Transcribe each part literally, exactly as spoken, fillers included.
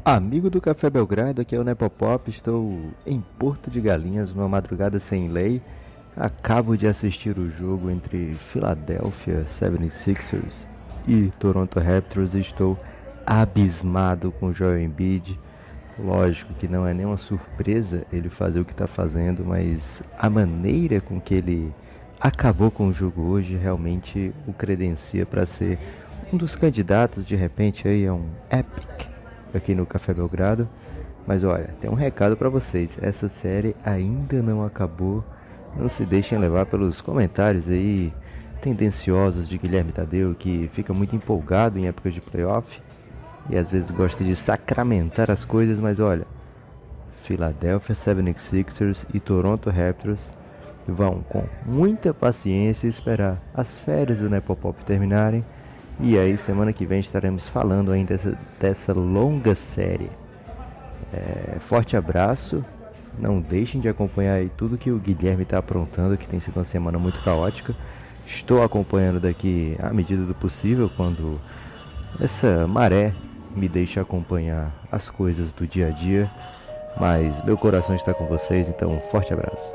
Amigo do Café Belgrado, aqui é o Nepopop, estou em Porto de Galinhas, numa madrugada sem lei. Acabo de assistir o jogo entre Philadelphia setenta e seis ers e Toronto Raptors e estou abismado com o Joel Embiid. Lógico que não é nenhuma surpresa ele fazer o que está fazendo, mas a maneira com que ele acabou com o jogo hoje realmente o credencia para ser um dos candidatos, de repente, aí a um epic aqui no Café Belgrado. Mas olha, tem um recado para vocês, essa série ainda não acabou. Não se deixem levar pelos comentários aí tendenciosos de Guilherme Tadeu, que fica muito empolgado em épocas de playoff e às vezes gosta de sacramentar as coisas. Mas olha, Philadelphia setenta e seis ers e Toronto Raptors vão com muita paciência esperar as férias do Nepopop terminarem. E aí, semana que vem estaremos falando ainda dessa, dessa longa série. É, forte abraço. Não deixem de acompanhar aí tudo que o Guilherme está aprontando, que tem sido uma semana muito caótica. Estou acompanhando daqui à medida do possível, quando essa maré me deixa acompanhar as coisas do dia a dia. Mas meu coração está com vocês, então um forte abraço.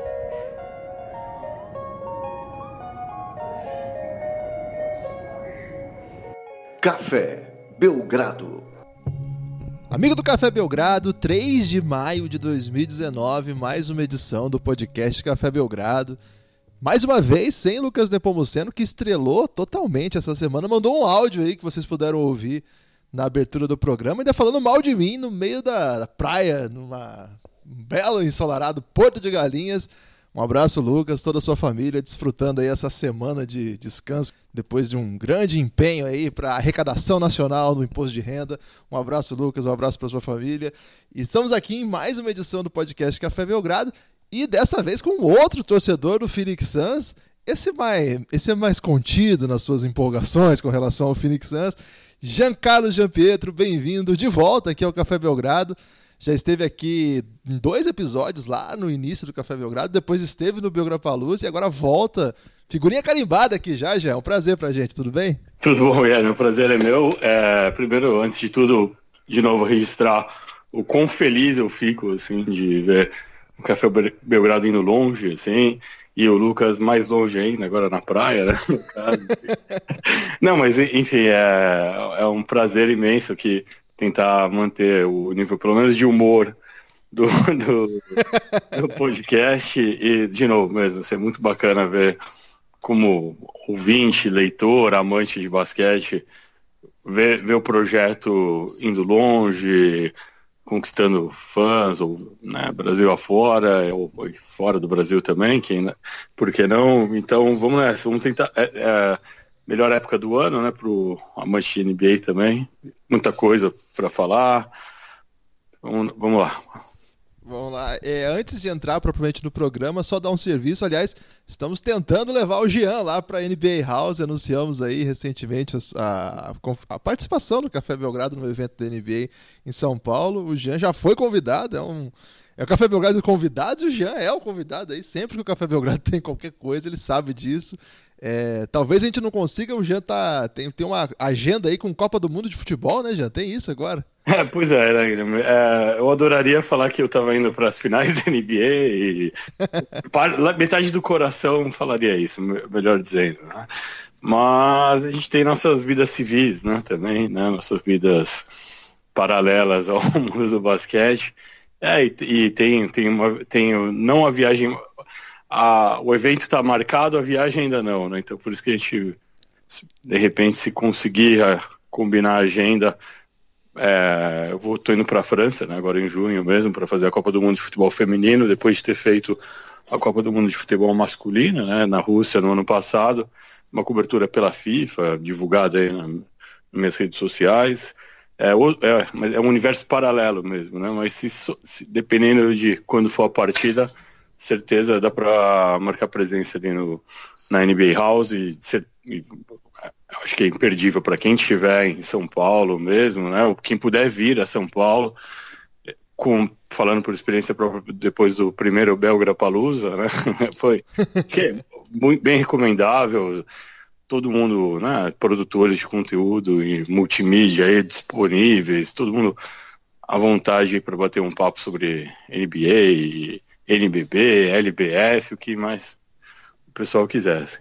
Café Belgrado. Amigo do Café Belgrado, três de maio de dois mil e dezenove, mais uma edição do podcast Café Belgrado. Mais uma vez, sem Lucas Nepomuceno, que estrelou totalmente essa semana. Mandou um áudio aí que vocês puderam ouvir na abertura do programa, ainda falando mal de mim no meio da praia, numa um belo ensolarado Porto de Galinhas. Um abraço, Lucas, toda a sua família, desfrutando aí essa semana de descanso, depois de um grande empenho aí para a arrecadação nacional do imposto de renda. Um abraço, Lucas, um abraço para sua família. E estamos aqui em mais uma edição do podcast Café Belgrado, e dessa vez com outro torcedor do Phoenix Suns, esse, mais, esse é mais contido nas suas empolgações com relação ao Phoenix Suns. Giancarlo Gianpietro, bem-vindo de volta aqui ao Café Belgrado. Já esteve aqui em dois episódios lá no início do Café Belgrado, depois esteve no Belgrapalooza e agora volta. Figurinha carimbada aqui já, já. É um prazer pra gente, tudo bem? Tudo bom, Guilherme. O prazer é meu. É, primeiro, antes de tudo, de novo, registrar o quão feliz eu fico, assim, de ver o Café Belgrado indo longe, assim, e o Lucas mais longe ainda, agora na praia, né? No caso. Não, mas, enfim, é, é um prazer imenso que tentar manter o nível, pelo menos, de humor do, do, do podcast. E, de novo, mesmo, isso é muito bacana ver como ouvinte, leitor, amante de basquete, ver, ver o projeto indo longe, conquistando fãs, ou, né, Brasil afora, ou, ou fora do Brasil também, quem, por que não? Então, vamos nessa, vamos tentar... É, é, melhor época do ano, né, pro amante de N B A também. Muita coisa para falar. Vamos, vamos lá. Vamos lá. É, antes de entrar propriamente no programa, só dar um serviço. Aliás, estamos tentando levar o Jean lá para a N B A House. Anunciamos aí recentemente a, a, a participação do Café Belgrado no evento da N B A em São Paulo. O Jean já foi convidado, é um... É o Café Belgrado de convidados e o Jean é o convidado aí. Sempre que o Café Belgrado tem qualquer coisa, ele sabe disso. É, talvez a gente não consiga, o Jean tá, tem, tem uma agenda aí com Copa do Mundo de futebol, né, Jean? Tem isso agora? É, pois é, né, Guilherme? É, eu adoraria falar que eu tava indo para as finais da N B A e metade do coração falaria isso, melhor dizendo, né? Mas a gente tem nossas vidas civis, né, também, né, nossas vidas paralelas ao mundo do basquete. É, e, e tem, tem, uma, tem não a viagem... A, o evento está marcado, a viagem ainda não, né? Então por isso que a gente, de repente, se conseguir combinar a agenda, é, eu vou, tô indo para a França, né, agora em junho mesmo, para fazer a Copa do Mundo de Futebol Feminino, depois de ter feito a Copa do Mundo de Futebol Masculino, né, na Rússia no ano passado, uma cobertura pela FIFA, divulgada aí na, nas minhas redes sociais. É, é, é um universo paralelo mesmo, né? Mas se, se, dependendo de quando for a partida, certeza dá para marcar presença ali no, na N B A House e, ser, e acho que é imperdível para quem estiver em São Paulo mesmo, né? Ou quem puder vir a São Paulo, com, falando por experiência própria, depois do primeiro Belgrapalooza, né? Foi que é muito, bem recomendável. Todo mundo, né, produtores de conteúdo e multimídia aí disponíveis, todo mundo à vontade para bater um papo sobre N B A, N B B, L B F, o que mais o pessoal quisesse.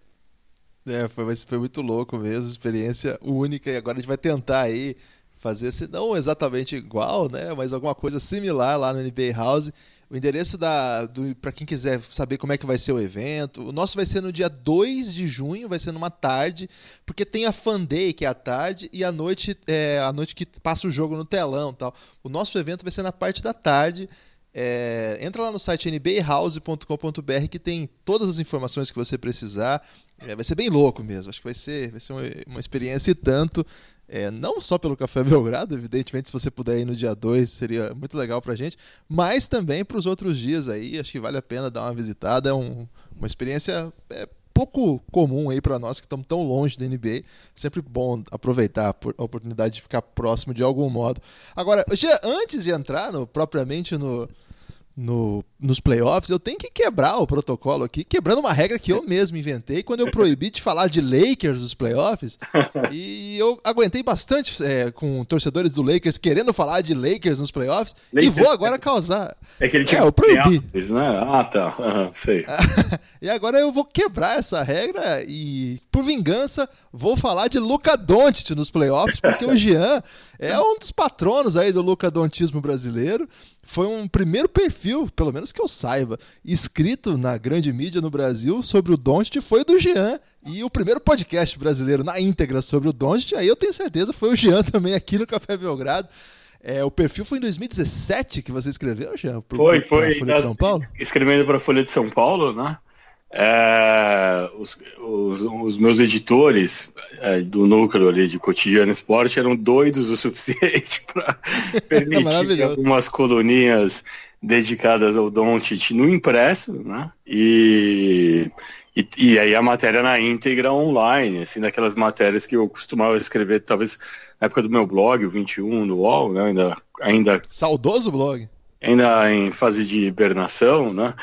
É, foi, foi muito louco mesmo, experiência única, e agora a gente vai tentar aí fazer, se não exatamente igual, né, mas alguma coisa similar lá no N B A House. O endereço da, do, para quem quiser saber como é que vai ser o evento, o nosso vai ser no dia dois de junho, vai ser numa tarde, porque tem a Fan Day, que é à tarde, e à noite, é, a noite que passa o jogo no telão e tal. O nosso evento vai ser na parte da tarde. É, entra lá no site n b a house ponto com ponto b r que tem todas as informações que você precisar. É, vai ser bem louco mesmo, acho que vai ser, vai ser uma, uma experiência e tanto. É, não só pelo Café Belgrado, evidentemente, se você puder ir no dia dois, seria muito legal pra gente, mas também para os outros dias aí, acho que vale a pena dar uma visitada. É um, uma experiência é, pouco comum aí para nós que estamos tão longe da N B A. Sempre bom aproveitar a oportunidade de ficar próximo de algum modo. Agora, já antes de entrar no, propriamente no, no, nos playoffs, eu tenho que quebrar o protocolo aqui, quebrando uma regra que eu mesmo inventei quando eu proibi de falar de Lakers nos playoffs. E eu aguentei bastante é, com torcedores do Lakers querendo falar de Lakers nos playoffs. Lakers, e vou agora causar... É que ele tinha é, eu proibi. Playoffs, né? Ah, tá. Uhum, sei. E agora eu vou quebrar essa regra e, por vingança, vou falar de Luka Doncic nos playoffs, porque o Jean é um dos patronos aí do lucadontismo brasileiro. Foi um primeiro perfil, pelo menos que eu saiba, escrito na grande mídia no Brasil sobre o Doncic foi do Jean. E o primeiro podcast brasileiro na íntegra sobre o Doncic, aí eu tenho certeza, foi o Jean também aqui no Café Belgrado. É, o perfil foi em dois mil e dezessete que você escreveu, Jean? Pro, foi, pro, foi. Folha de São Paulo? Escrevendo para a Folha de São Paulo, né? É, os, os, os meus editores é, do núcleo ali de Cotidiano Esporte eram doidos o suficiente para permitir algumas coluninhas dedicadas ao Doncic no impresso, né? E, e, e aí a matéria na íntegra online, assim, daquelas matérias que eu costumava escrever, talvez na época do meu blog, o vinte e um, do U O L, né? Ainda, ainda... Saudoso blog. Ainda em fase de hibernação, né?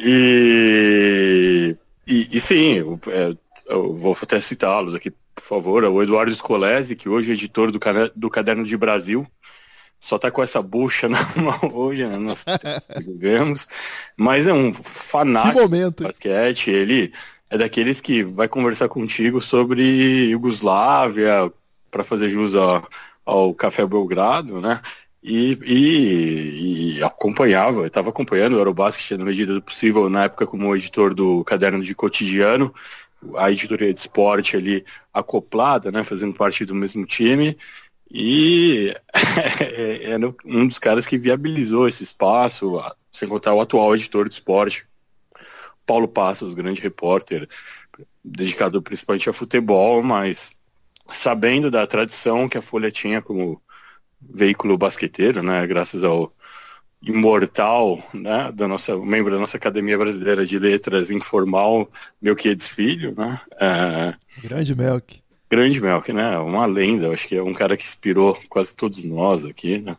E, e, e sim, eu, eu vou até citá-los aqui, por favor. O Eduardo Scolese, que hoje é editor do, do Caderno de Brasil, só tá com essa bucha na mão hoje, né? Nós vivemos, mas é um fanático de basquete. Ele é daqueles que vai conversar contigo sobre Iugoslávia, para fazer jus ao, ao Café Belgrado, né? E, e, e acompanhava, estava acompanhando o Eurobasket na medida do possível, na época como editor do Caderno de Cotidiano, a editoria de esporte ali acoplada, né, fazendo parte do mesmo time, e era um dos caras que viabilizou esse espaço, sem contar o atual editor de esporte, Paulo Passos, grande repórter, dedicado principalmente a futebol, mas sabendo da tradição que a Folha tinha como veículo basqueteiro, né, graças ao imortal, né, da nossa, membro da nossa Academia Brasileira de Letras informal, Melquiades Filho, né, é, grande Melk, grande Melk, né, uma lenda, acho que é um cara que inspirou quase todos nós aqui, né,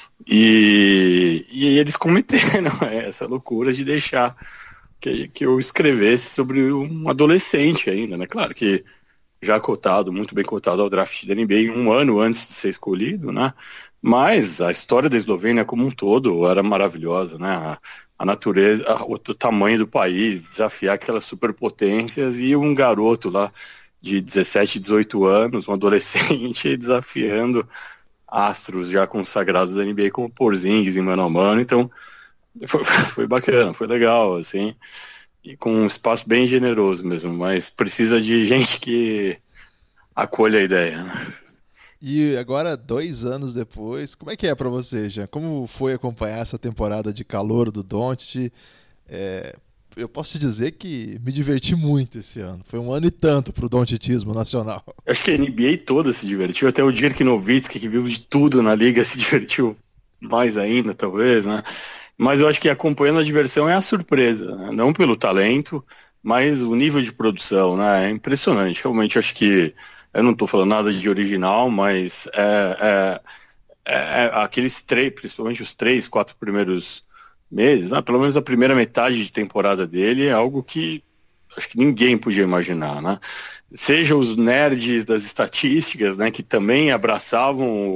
e, e eles cometeram essa loucura de deixar que, que eu escrevesse sobre um adolescente ainda, né, claro que já cotado, muito bem cotado ao draft da N B A um ano antes de ser escolhido, né? Mas a história da Eslovênia como um todo era maravilhosa, né? A, a natureza, a, o, o tamanho do país, desafiar aquelas superpotências e um garoto lá de dezessete, dezoito anos, um adolescente desafiando astros já consagrados da N B A como Porzingis em mano a mano. Então foi, foi bacana, foi legal, assim. E com um espaço bem generoso mesmo, mas precisa de gente que acolha a ideia, né? E agora, dois anos depois, como é que é pra você, Jean? Como foi acompanhar essa temporada de calor do Doncic? É, eu posso te dizer que me diverti muito esse ano. Foi um ano e tanto pro Doncitismo nacional. Eu acho que a N B A toda se divertiu, até o Dirk Nowitzki, que viu de tudo na liga, se divertiu mais ainda, talvez, né? Mas eu acho que acompanhando a diversão é a surpresa, né? Não pelo talento, mas o nível de produção, né? É impressionante. Realmente, acho que eu não estou falando nada de original, mas é, é, é, é aqueles três, principalmente os três, quatro primeiros meses, né? Pelo menos a primeira metade de temporada dele é algo que acho que ninguém podia imaginar, né? Seja os nerds das estatísticas, né? Que também abraçavam o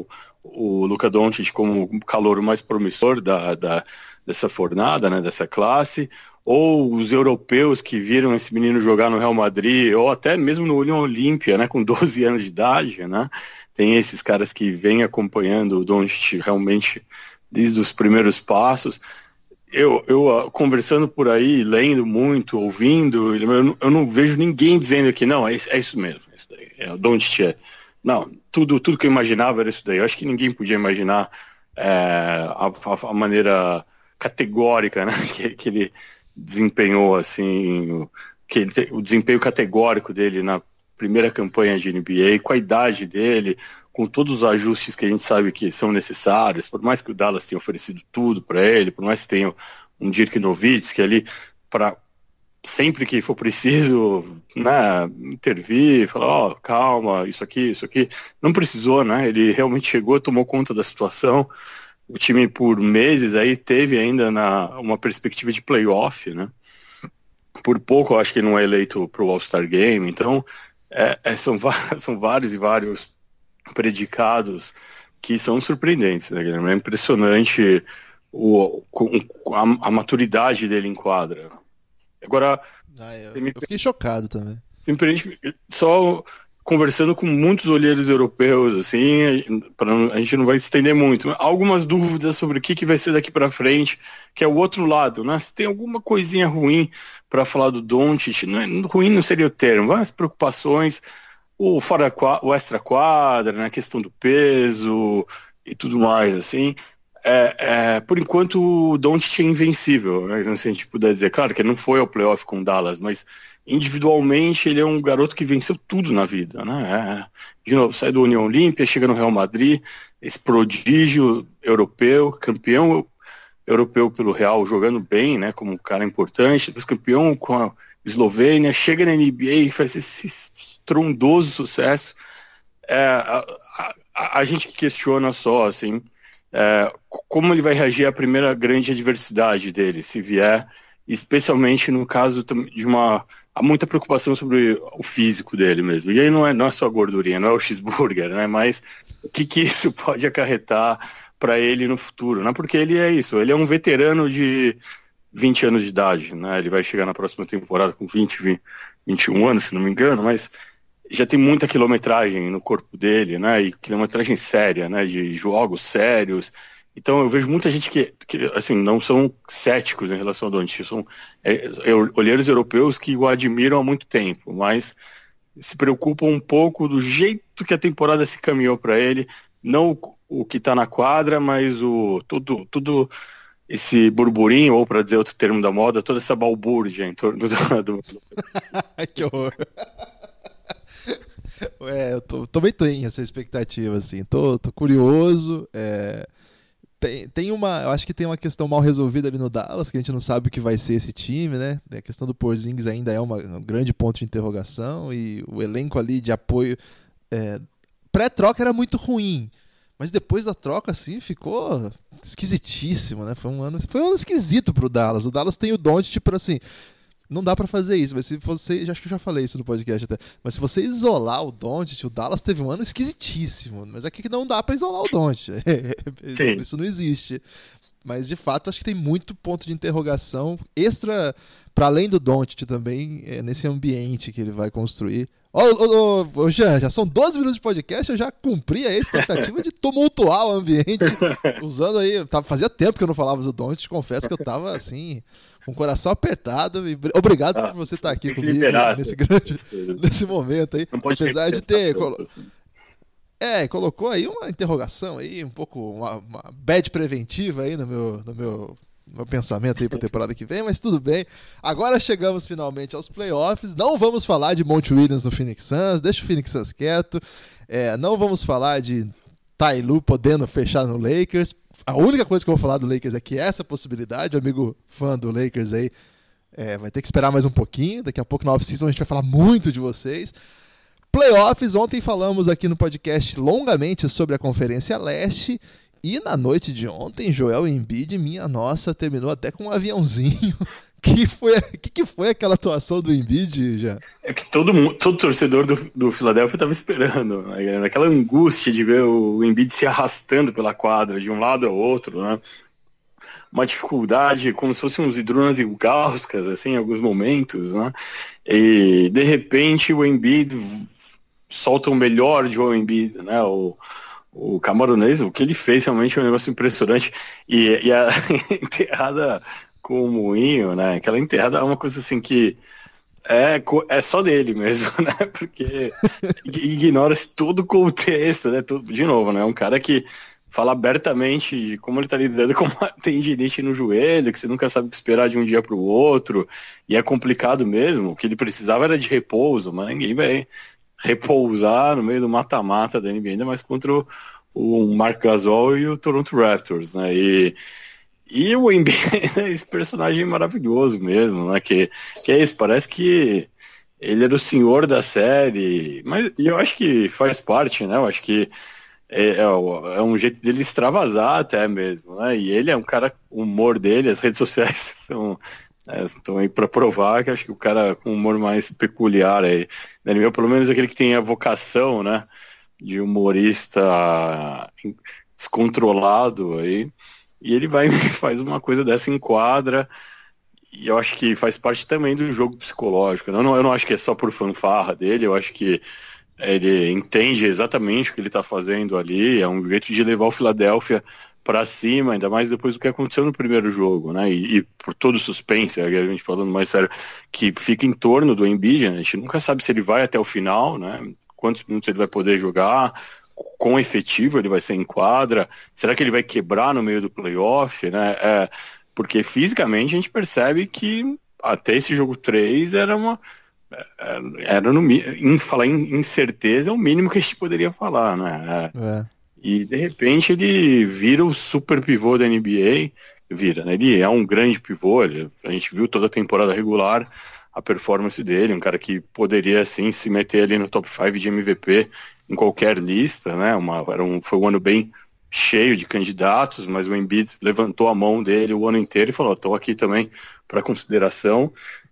o Luka Doncic como o calouro mais promissor da, da, dessa fornada, né, dessa classe, ou os europeus que viram esse menino jogar no Real Madrid, ou até mesmo no União Olímpia, né, com doze anos de idade, né? Tem esses caras que vêm acompanhando o Doncic realmente desde os primeiros passos. Eu, eu conversando por aí, lendo muito, ouvindo, eu não, eu não vejo ninguém dizendo que não, é isso, é isso mesmo, é isso daí, é o Doncic. É. Não, tudo, tudo que eu imaginava era isso daí. Eu acho que ninguém podia imaginar é, a, a, a maneira categórica, né, que, que ele desempenhou, assim, o, que ele, o desempenho categórico dele na primeira campanha de N B A, com a idade dele, com todos os ajustes que a gente sabe que são necessários, por mais que o Dallas tenha oferecido tudo para ele, por mais que tenha um Dirk Nowitzki ali para sempre que for preciso, né, intervir, falar, ó, oh, calma, isso aqui, isso aqui, não precisou, né? Ele realmente chegou, tomou conta da situação. O time por meses aí teve ainda na, uma perspectiva de playoff, né? Por pouco eu acho que ele não é eleito para o All-Star Game, então é, é, são, são vários e vários predicados que são surpreendentes, né, Guilherme? É impressionante o, a, a maturidade dele em quadra. Agora, ah, eu, eu fiquei chocado também. Simplesmente, só conversando com muitos olheiros europeus, assim, pra, a gente não vai se estender muito. Algumas dúvidas sobre o que, que vai ser daqui para frente, que é o outro lado, né? Se tem alguma coisinha ruim para falar do Doncic, não é, ruim não seria o termo, mas preocupações, o fora o extra quadra, né? A questão do peso e tudo mais, assim. É, é, por enquanto o Doncic é invencível, né? Se a gente puder dizer, claro que ele não foi ao playoff com o Dallas, mas individualmente ele é um garoto que venceu tudo na vida, né? É, de novo, sai do União Olímpia, chega no Real Madrid, esse prodígio europeu, campeão europeu pelo Real, jogando bem, né? Como um cara importante, depois campeão com a Eslovênia, chega na N B A e faz esse estrondoso sucesso. É, a, a, a gente questiona só, assim, é, como ele vai reagir à primeira grande adversidade dele, se vier, especialmente no caso de uma... Há muita preocupação sobre o físico dele mesmo. E aí não é, não é só a gordurinha, não é o cheeseburger, né? Mas o que, que isso pode acarretar para ele no futuro, né? Porque ele é isso, ele é um veterano de vinte anos de idade, né? Ele vai chegar na próxima temporada com vinte, vinte e um anos, se não me engano, mas já tem muita quilometragem no corpo dele, né? E quilometragem séria, né? De jogos sérios. Então eu vejo muita gente que, que assim, não são céticos em relação ao Doncic, são é, é, olheiros europeus que o admiram há muito tempo, mas se preocupam um pouco do jeito que a temporada se caminhou para ele, não o, o que está na quadra, mas o tudo, tudo esse burburinho, ou para dizer outro termo da moda, toda essa balbúrdia em torno do... do... Que horror! É, eu tô, também tenho essa expectativa, assim, tô, tô curioso, é... Tem, tem uma, eu acho que tem uma questão mal resolvida ali no Dallas, que a gente não sabe o que vai ser esse time, né? A questão do Porzingis ainda é uma, um grande ponto de interrogação, e o elenco ali de apoio é, pré-troca era muito ruim, mas depois da troca, assim, ficou esquisitíssimo, né? Foi um ano, foi um ano esquisito pro Dallas. O Dallas tem o Doncic para, assim, não dá pra fazer isso, mas se você, acho que eu já falei isso no podcast até, mas se você isolar o Doncic, o Dallas teve um ano esquisitíssimo, mas aqui que não dá pra isolar o Doncic, isso não existe, mas de fato acho que tem muito ponto de interrogação extra, pra além do Doncic também, é, nesse ambiente que ele vai construir. Ô, ô, ô, ô, Jean, já são doze minutos de podcast, eu já cumpri a expectativa de tumultuar o ambiente, usando aí, tava, fazia tempo que eu não falava do Doncic, confesso que eu tava assim, com o coração apertado, e obrigado ah, por você estar aqui comigo liberar, nesse, grande, nesse momento aí, apesar de ter... Colo... Assim. É, colocou aí uma interrogação aí, um pouco, uma, uma bad preventiva aí no meu... No meu... meu pensamento aí pra temporada que vem, mas tudo bem. Agora chegamos finalmente aos playoffs. Não vamos falar de Monty Williams no Phoenix Suns, deixa o Phoenix Suns quieto. É, não vamos falar de Ty Lue podendo fechar no Lakers. A única coisa que eu vou falar do Lakers é que essa possibilidade, o amigo fã do Lakers aí, é, vai ter que esperar mais um pouquinho. Daqui a pouco na off-season a gente vai falar muito de vocês. Playoffs, ontem falamos aqui no podcast longamente sobre a Conferência Leste. E na noite de ontem, Joel Embiid, minha nossa, terminou até com um aviãozinho que foi, que, que foi aquela atuação do Embiid, já? É que todo mundo, todo torcedor do, do Philadelphia estava esperando, né? Naquela angústia de ver o Embiid se arrastando pela quadra de um lado ao outro, né? Uma dificuldade, como se fossem uns Idrunas e Gauskas, assim, em alguns momentos, né? E de repente o Embiid solta o melhor de Joel Embiid, né? O, o camaronês, o que ele fez realmente é um negócio impressionante. E, e a enterrada com o moinho, né? Aquela enterrada é uma coisa assim que é, é só dele mesmo, né? Porque ignora-se todo o contexto, né? Tudo, de novo, né? Um cara que fala abertamente de como ele tá lidando com uma tendinite no joelho, que você nunca sabe o que esperar de um dia para o outro, e é complicado mesmo. O que ele precisava era de repouso, mas ninguém vai repousar no meio do mata-mata da N B A, ainda mais contra o, o Marc Gasol e o Toronto Raptors, né? E, e o Embiid é esse personagem maravilhoso mesmo, né? Que, que é isso, parece que ele era o senhor da série, mas eu acho que faz parte, né? Eu acho que É, é um jeito dele extravasar até mesmo, né? E ele é um cara, o humor dele, as redes sociais são, né, estão aí para provar que acho que o cara com humor mais peculiar aí, né, pelo menos aquele que tem a vocação, né, de humorista descontrolado aí, e ele vai e faz uma coisa dessa em quadra, e eu acho que faz parte também do jogo psicológico. Eu não, eu não acho que é só por fanfarra dele, eu acho que ele entende exatamente o que ele está fazendo ali, é um jeito de levar o Philadelphia para cima, ainda mais depois do que aconteceu no primeiro jogo, né? E, e por todo o suspense, a gente falando mais sério, que fica em torno do Embiid, a gente nunca sabe se ele vai até o final, né? Quantos minutos ele vai poder jogar, quão efetivo ele vai ser em quadra, será que ele vai quebrar no meio do playoff, né? É, porque fisicamente a gente percebe que até esse jogo três era uma... era no em falar em incerteza é o mínimo que a gente poderia falar, né? É. E de repente ele vira o super pivô da N B A, vira, né? Ele é um grande pivô, ele, a gente viu toda a temporada regular a performance dele, um cara que poderia assim se meter ali no top cinco de M V P em qualquer lista, né? Uma, era um, foi um ano bem cheio de candidatos, mas o Embiid levantou a mão dele o ano inteiro e falou: estou aqui também para consideração.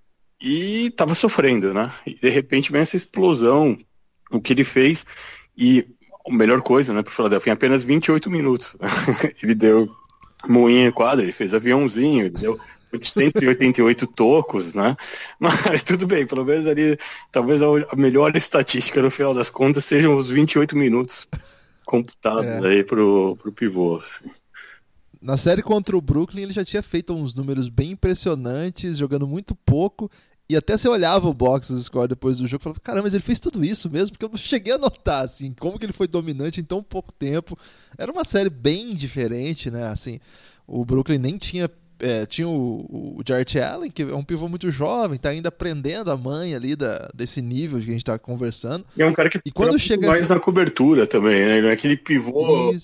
E tava sofrendo, né? E de repente vem essa explosão, o que ele fez, e a melhor coisa, né, pro Philadelphia, em apenas vinte e oito minutos. Ele deu moinha em quadra, ele fez aviãozinho, ele deu oitocentos e oitenta e oito tocos, né? Mas tudo bem, pelo menos ali, talvez a melhor estatística no final das contas sejam os vinte e oito minutos computados é. aí pro, pro pivô. Assim. Na série contra o Brooklyn, ele já tinha feito uns números bem impressionantes, jogando muito pouco, e até você olhava o box score depois do jogo e falava, caramba, mas ele fez tudo isso mesmo? Porque eu não cheguei a notar, assim, como que ele foi dominante em tão pouco tempo. Era uma série bem diferente, né, assim, o Brooklyn nem tinha... É, tinha o, o Jarrett Allen, que é um pivô muito jovem, tá ainda aprendendo a manha ali da, desse nível que a gente tá conversando. E é um cara que e quando chega mais esse... na cobertura também, né? Ele é aquele pivô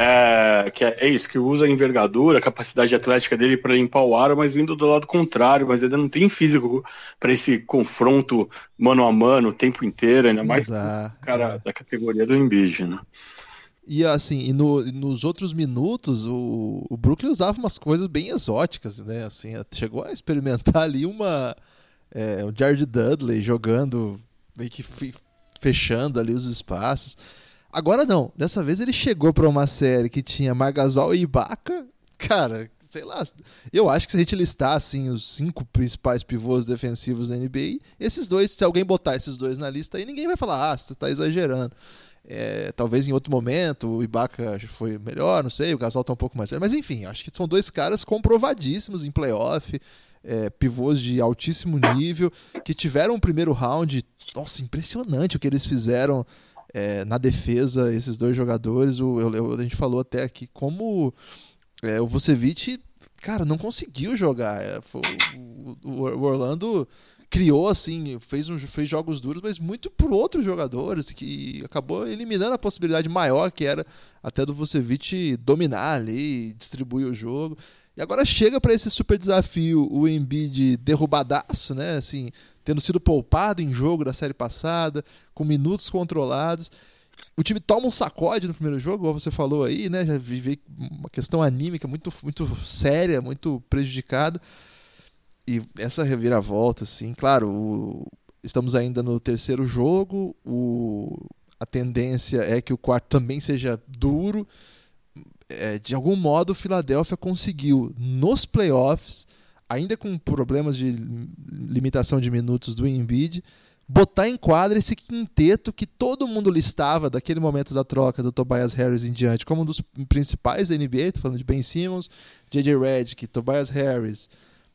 é, que é, é isso, que usa a envergadura, a capacidade atlética dele para limpar o aro, mas vindo do lado contrário, mas ainda não tem físico para esse confronto mano a mano o tempo inteiro, ainda mais Exato, o cara é. da categoria do Embiid, né? E assim, e no, nos outros minutos, o, o Brooklyn usava umas coisas bem exóticas, né? Assim, chegou a experimentar ali uma... É, o Jared Dudley jogando, meio que fechando ali os espaços. Agora não, dessa vez ele chegou para uma série que tinha Marc Gasol e Ibaka. Cara, sei lá, eu acho que se a gente listar assim, os cinco principais pivôs defensivos da N B A, esses dois, se alguém botar esses dois na lista aí, ninguém vai falar, ah, você tá exagerando. É, talvez em outro momento o Ibaka foi melhor, não sei, o Gasol tá um pouco mais velho, mas enfim, acho que são dois caras comprovadíssimos em playoff, é, pivôs de altíssimo nível, que tiveram um primeiro round, nossa, impressionante o que eles fizeram é, na defesa, esses dois jogadores. O, eu, a gente falou até aqui como é, o Vucevic, cara, não conseguiu jogar. É, foi, o, o, o Orlando criou, assim, fez, um, fez jogos duros, mas muito por outros jogadores, que acabou eliminando a possibilidade maior que era até do Vucevic dominar ali, distribuir o jogo. E agora chega para esse super desafio o Embiid derrubadaço, né? Assim, tendo sido poupado em jogo da série passada, com minutos controlados. O time toma um sacode no primeiro jogo, como você falou aí, né? Já vive uma questão anímica muito, muito séria, muito prejudicada. e essa reviravolta, assim, claro, o, estamos ainda no terceiro jogo, o, a tendência é que o quarto também seja duro. É, de algum modo, o Philadelphia conseguiu, nos playoffs, ainda com problemas de limitação de minutos do Embiid, botar em quadra esse quinteto que todo mundo listava daquele momento da troca do Tobias Harris em diante como um dos principais da N B A. Estou falando de Ben Simmons, J J Redick, Tobias Harris,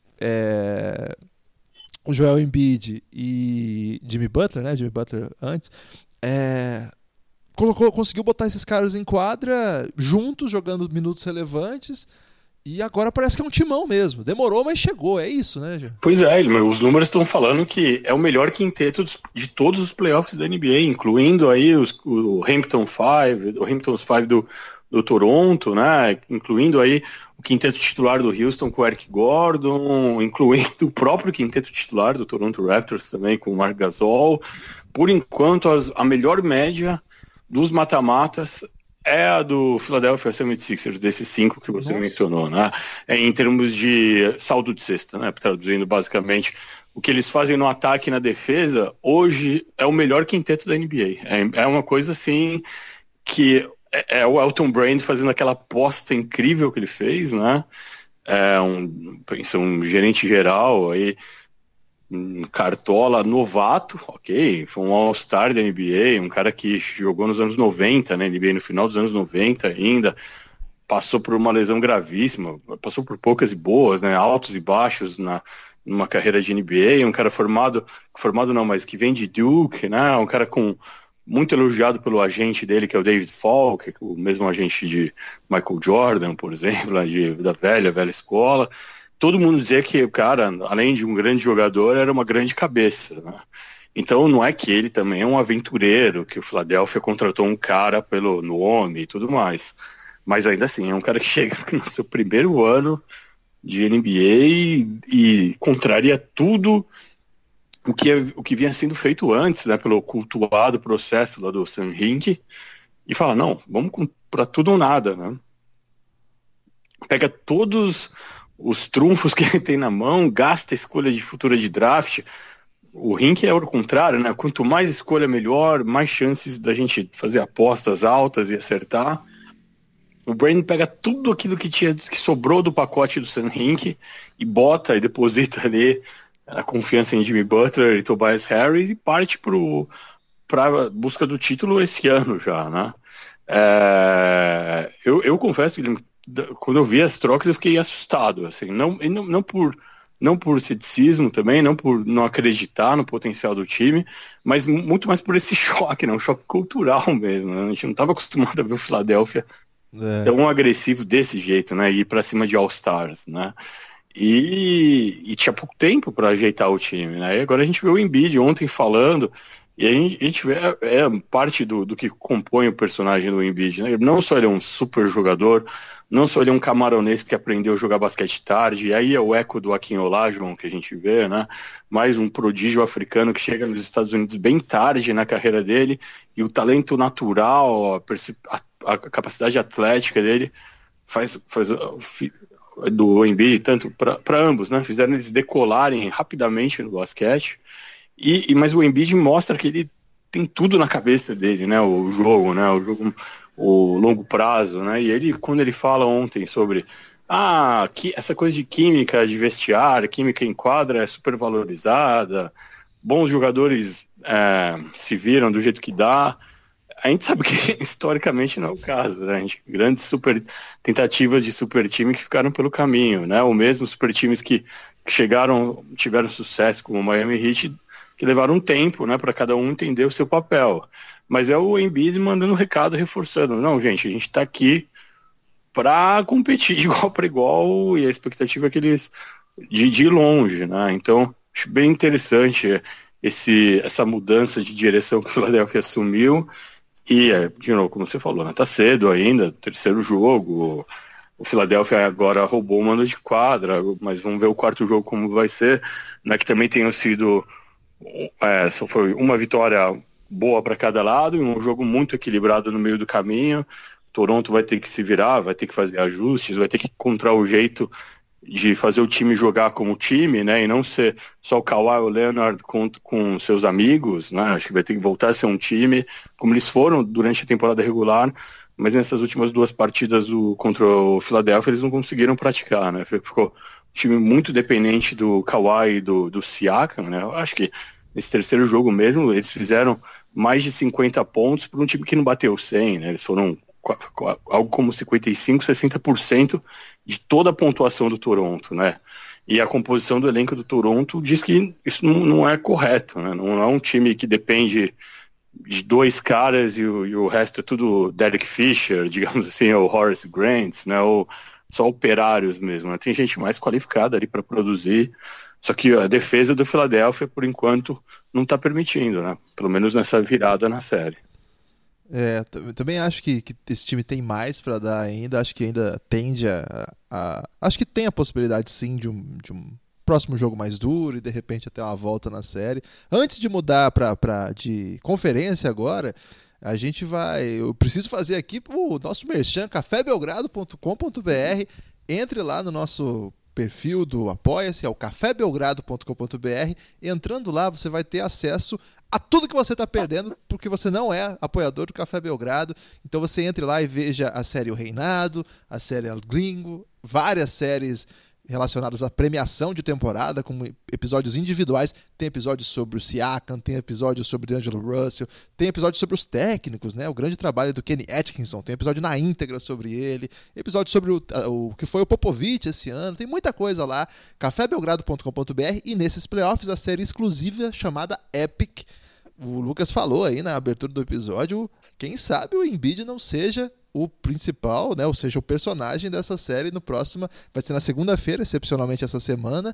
é... o Joel Embiid e Jimmy Butler, né? Jimmy Butler antes. É... Colocou, conseguiu botar esses caras em quadra juntos, jogando minutos relevantes. E agora parece que é um timão mesmo. Demorou, mas chegou. É isso, né, Jean? Pois é, os números estão falando que é o melhor quinteto de todos os playoffs da N B A, incluindo aí os, o Hampton Five, o Hampton Five do, do Toronto, né? Incluindo aí o quinteto titular do Houston com o Eric Gordon, incluindo o próprio quinteto titular do Toronto Raptors também com o Marc Gasol. Por enquanto, as, a melhor média dos mata-matas é a do Philadelphia seventy-sixers, desses cinco que você Nossa. mencionou, né? É, em termos de saldo de cesta, né? Traduzindo basicamente o que eles fazem no ataque e na defesa, hoje é o melhor quinteto da N B A. É, é uma coisa assim que é, é o Elton Brand fazendo aquela aposta incrível que ele fez, né? É um, pensa, um gerente geral aí, um Cartola novato, ok, foi um All-Star da N B A, um cara que jogou nos anos noventa, né, N B A no final dos anos noventa ainda, passou por uma lesão gravíssima, passou por poucas e boas, né, altos e baixos na, numa carreira de N B A, um cara formado, formado não, mas que vem de Duke, né, um cara com muito elogiado pelo agente dele, que é o David Falk, o mesmo agente de Michael Jordan, por exemplo, de, da velha, velha escola. Todo mundo dizia que o cara, além de um grande jogador, era uma grande cabeça, né? Então não é que ele também é um aventureiro, que o Philadelphia contratou um cara pelo nome e tudo mais. Mas ainda assim, é um cara que chega no seu primeiro ano de N B A e, e contraria tudo o que, o que vinha sendo feito antes, né, pelo cultuado processo lá do Sam Hinkie, e fala, não, vamos para tudo ou nada, né? Pega todos os trunfos que ele tem na mão, gasta a escolha de futura de draft. O Hinkie é o contrário, né? Quanto mais escolha, melhor, mais chances da gente fazer apostas altas e acertar. O Brandon pega tudo aquilo que, tinha, que sobrou do pacote do Sam Hinkie e bota e deposita ali a confiança em Jimmy Butler e Tobias Harris e parte para a busca do título esse ano já, né? É, eu, eu confesso que quando eu vi as trocas eu fiquei assustado, assim, não, não, não, por, não por ceticismo também, não por não acreditar no potencial do time, mas muito mais por esse choque, né? Um choque cultural mesmo, né? A gente não estava acostumado a ver o Philadelphia é. tão agressivo desse jeito, né? Ir para cima de All-Stars, né? E, e tinha pouco tempo para ajeitar o time, né? E agora a gente vê o Embiid ontem falando, e a gente, a gente vê é, é parte do, do que compõe o personagem do Embiid, né? Não só ele é um super jogador, não só ele é um camaronês que aprendeu a jogar basquete tarde, e aí é o eco do Akin Olajuwon que a gente vê, né? Mais um prodígio africano que chega nos Estados Unidos bem tarde na carreira dele, e o talento natural, a, a, a capacidade atlética dele faz, faz do Embiid, tanto para ambos, né? Fizeram eles decolarem rapidamente no basquete, e, e, mas o Embiid mostra que ele tem tudo na cabeça dele, né? O jogo, né? O jogo, o longo prazo, né? E ele, quando ele fala ontem sobre ah, que essa coisa de química de vestiário, química em quadra é super valorizada, bons jogadores é, se viram do jeito que dá, a gente sabe que historicamente não é o caso, né? A gente, grandes super tentativas de super time que ficaram pelo caminho, né? Ou mesmo super times que, que chegaram, tiveram sucesso, como o Miami Heat, que levaram um tempo, né, para cada um entender o seu papel. Mas é o Embiid mandando um recado, reforçando, não, gente, a gente está aqui para competir de igual para igual, e a expectativa é que eles de, de ir longe, né? Então acho bem interessante esse, essa mudança de direção que o Philadelphia assumiu. E, de novo, como você falou, né, tá cedo ainda, terceiro jogo, o Philadelphia agora roubou o mando de quadra, mas vamos ver o quarto jogo como vai ser, né, que também tenha sido, é, só foi uma vitória boa para cada lado e um jogo muito equilibrado no meio do caminho. Toronto vai ter que se virar, vai ter que fazer ajustes, vai ter que encontrar o jeito de fazer o time jogar como time, né, e não ser só o Kawhi ou o Leonard com, com seus amigos, né, acho que vai ter que voltar a ser um time, como eles foram durante a temporada regular, mas nessas últimas duas partidas do, contra o Philadelphia eles não conseguiram praticar, né, ficou um time muito dependente do Kawhi e do, do Siakam, né, eu acho que nesse terceiro jogo mesmo eles fizeram mais de cinquenta pontos para um time que não bateu cem, né, eles foram algo como cinquenta e cinco, sessenta por cento de toda a pontuação do Toronto, né? E a composição do elenco do Toronto diz que isso não, não é correto, né? Não é um time que depende de dois caras e o, e o resto é tudo Derek Fisher, digamos assim, ou Horace Grant, né? Ou só operários mesmo, né? Tem gente mais qualificada ali para produzir, só que a defesa do Philadelphia, por enquanto, não está permitindo, né? Pelo menos nessa virada na série. É, também acho que, que esse time tem mais para dar ainda, acho que ainda tende a, a... Acho que tem a possibilidade sim de um, de um próximo jogo mais duro e de repente até uma volta na série. Antes de mudar pra, pra, de conferência agora, a gente vai... Eu preciso fazer aqui o nosso merchan, café belgrado ponto com ponto b r. Entre lá no nosso perfil do Apoia-se, é o café belgrado ponto com ponto b r. Entrando lá, você vai ter acesso a tudo que você está perdendo, porque você não é apoiador do Café Belgrado. Então você entre lá e veja a série O Reinado, a série El Gringo, várias séries relacionadas à premiação de temporada, com episódios individuais. Tem episódios sobre o Siakam, tem episódios sobre o D'Angelo Russell, tem episódios sobre os técnicos, né? O grande trabalho do Kenny Atkinson, tem episódio na íntegra sobre ele, episódio sobre o, o que foi o Popovich esse ano, tem muita coisa lá, café belgrado ponto com ponto b r. E nesses playoffs, a série exclusiva chamada Epic. O Lucas falou aí na abertura do episódio, quem sabe o Embiid não seja o principal, né, ou seja, o personagem dessa série no próximo, vai ser na segunda-feira, excepcionalmente essa semana.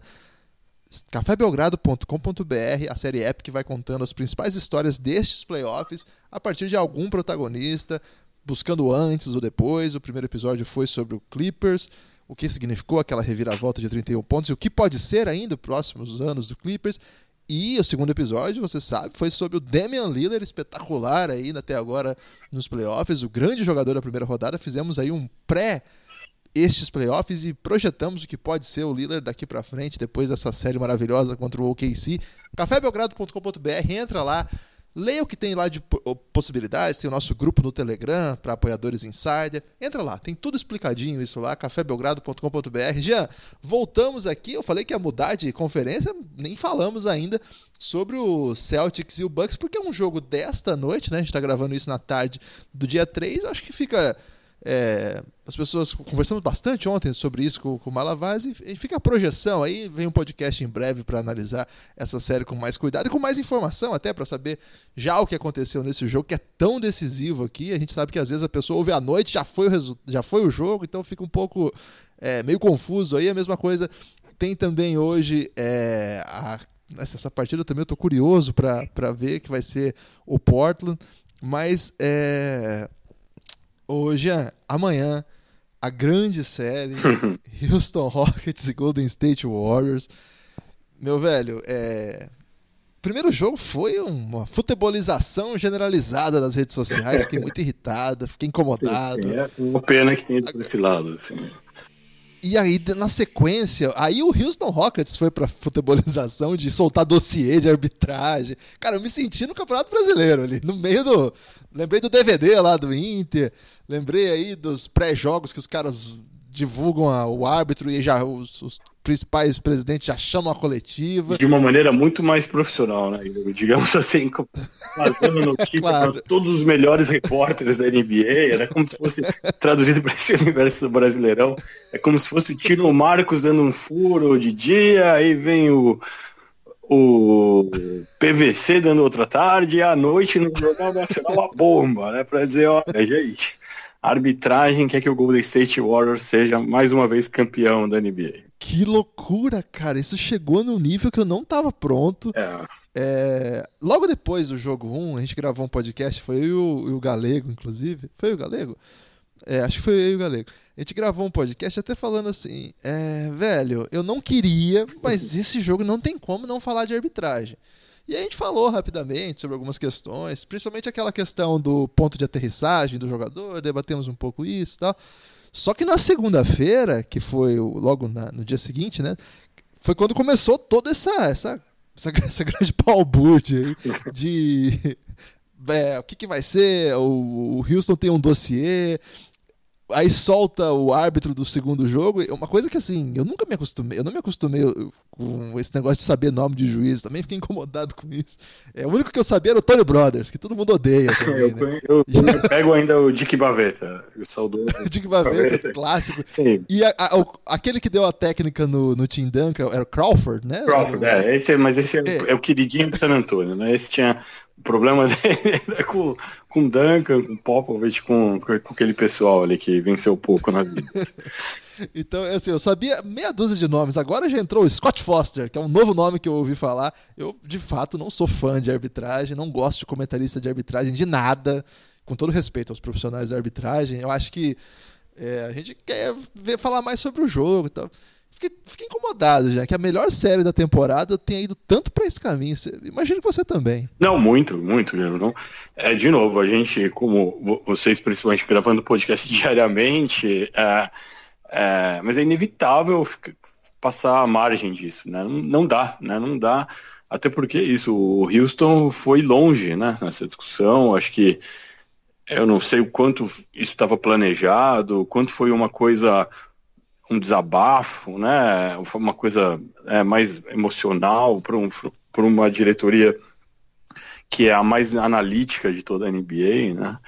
café belgrado ponto com ponto b r, a série Epic vai contando as principais histórias destes playoffs a partir de algum protagonista, buscando antes ou depois. O primeiro episódio foi sobre o Clippers, o que significou aquela reviravolta de trinta e um pontos e o que pode ser ainda os próximos anos do Clippers. E o segundo episódio, você sabe, foi sobre o Damian Lillard, espetacular aí até agora nos playoffs, o grande jogador da primeira rodada. Fizemos aí um pré estes playoffs e projetamos o que pode ser o Lillard daqui pra frente, depois dessa série maravilhosa contra o O K C. café belgrado ponto com ponto b r, entra lá, leia o que tem lá de possibilidades, tem o nosso grupo no Telegram para apoiadores Insider, entra lá, tem tudo explicadinho isso lá, café belgrado ponto com ponto b r. Jean, voltamos aqui, eu falei que ia mudar de conferência, nem falamos ainda sobre o Celtics e o Bucks, porque é um jogo desta noite, né, a gente está gravando isso na tarde do dia três, acho que fica... É, as pessoas conversamos bastante ontem sobre isso com, com o Malavaz e, e fica a projeção aí, vem um podcast em breve para analisar essa série com mais cuidado e com mais informação até para saber já o que aconteceu nesse jogo que é tão decisivo aqui. A gente sabe que às vezes a pessoa ouve à noite, já foi o, resu- já foi o jogo, então fica um pouco é, meio confuso aí. A mesma coisa tem também hoje é, a, essa partida também eu tô curioso para ver que vai ser o Portland, mas é... Ô, Jean, amanhã, a grande série Houston Rockets e Golden State Warriors. Meu velho, é... o primeiro jogo foi uma futebolização generalizada das redes sociais. Fiquei muito irritado, fiquei incomodado. Sim, é uma pena que tem por esse lado, assim. E aí, na sequência, aí o Houston Rockets foi pra futebolização de soltar dossiê de arbitragem. Cara, eu me senti no Campeonato Brasileiro ali, no meio do... Lembrei do D V D lá do Inter, lembrei aí dos pré-jogos que os caras divulgam a, o árbitro e já os, os principais presidentes já chamam a coletiva. De uma maneira muito mais profissional, né? Digamos assim, fazendo notícia claro. Para todos os melhores repórteres da N B A, era como se fosse traduzido para esse universo brasileirão, é como se fosse o Tino Marcos dando um furo de dia, aí vem o o P V C dando outra tarde, e à noite no Jornal Nacional a bomba, né? Para dizer, olha, gente, a arbitragem quer que o Golden State Warriors seja mais uma vez campeão da N B A. Que loucura, cara, isso chegou num nível que eu não tava pronto. É. É... Logo depois do jogo um, a gente gravou um podcast, foi eu e o, e o Galego, inclusive. Foi o Galego? É, acho que foi eu e o Galego. A gente gravou um podcast até falando assim, é, velho, eu não queria, mas esse jogo não tem como não falar de arbitragem. E a gente falou rapidamente sobre algumas questões, principalmente aquela questão do ponto de aterrissagem do jogador, debatemos um pouco isso e tal. Só que na segunda-feira, que foi logo na, no dia seguinte, né? Foi quando começou toda essa, essa, essa, essa grande balbúrdia aí de é, o que, que vai ser, o, o Houston tem um dossiê, aí solta o árbitro do segundo jogo, uma coisa que assim, eu nunca me acostumei, eu não me acostumei com esse negócio de saber nome de juiz, também fiquei incomodado com isso. É, o único que eu sabia era o Tony Brothers, que todo mundo odeia também, eu, né? eu, eu, eu pego ainda o Dick Bavetta, o saudoso Dick Bavetta, clássico. Sim. E a, a, o, aquele que deu a técnica no, no Tim Duncan era o Crawford, né? Crawford, é, esse, mas esse é, é. é o queridinho do San Antônio, né? Esse tinha o problema dele era com, com Duncan, com Popovich, com, com aquele pessoal ali que venceu pouco na vida. Então, assim, eu sabia meia dúzia de nomes. Agora já entrou o Scott Foster, que é um novo nome que eu ouvi falar. Eu, de fato, não sou fã de arbitragem, não gosto de comentarista de arbitragem de nada. Com todo respeito aos profissionais da arbitragem, eu acho que é, a gente quer ver, falar mais sobre o jogo e tal. Fiquei, fiquei incomodado já, que a melhor série da temporada tenha ido tanto para esse caminho. Imagino que você também. Não, muito, muito. Não. É, de novo, a gente, como vocês principalmente gravando podcast diariamente, é, é, mas é inevitável passar a margem disso, né? Não, não dá, né? Não dá. Até porque isso, o Houston foi longe, né, nessa discussão. Acho que eu não sei o quanto isso estava planejado, o quanto foi uma coisa, um desabafo, né? Foi uma coisa é, mais emocional para um, para uma diretoria que é a mais analítica de toda a N B A, né?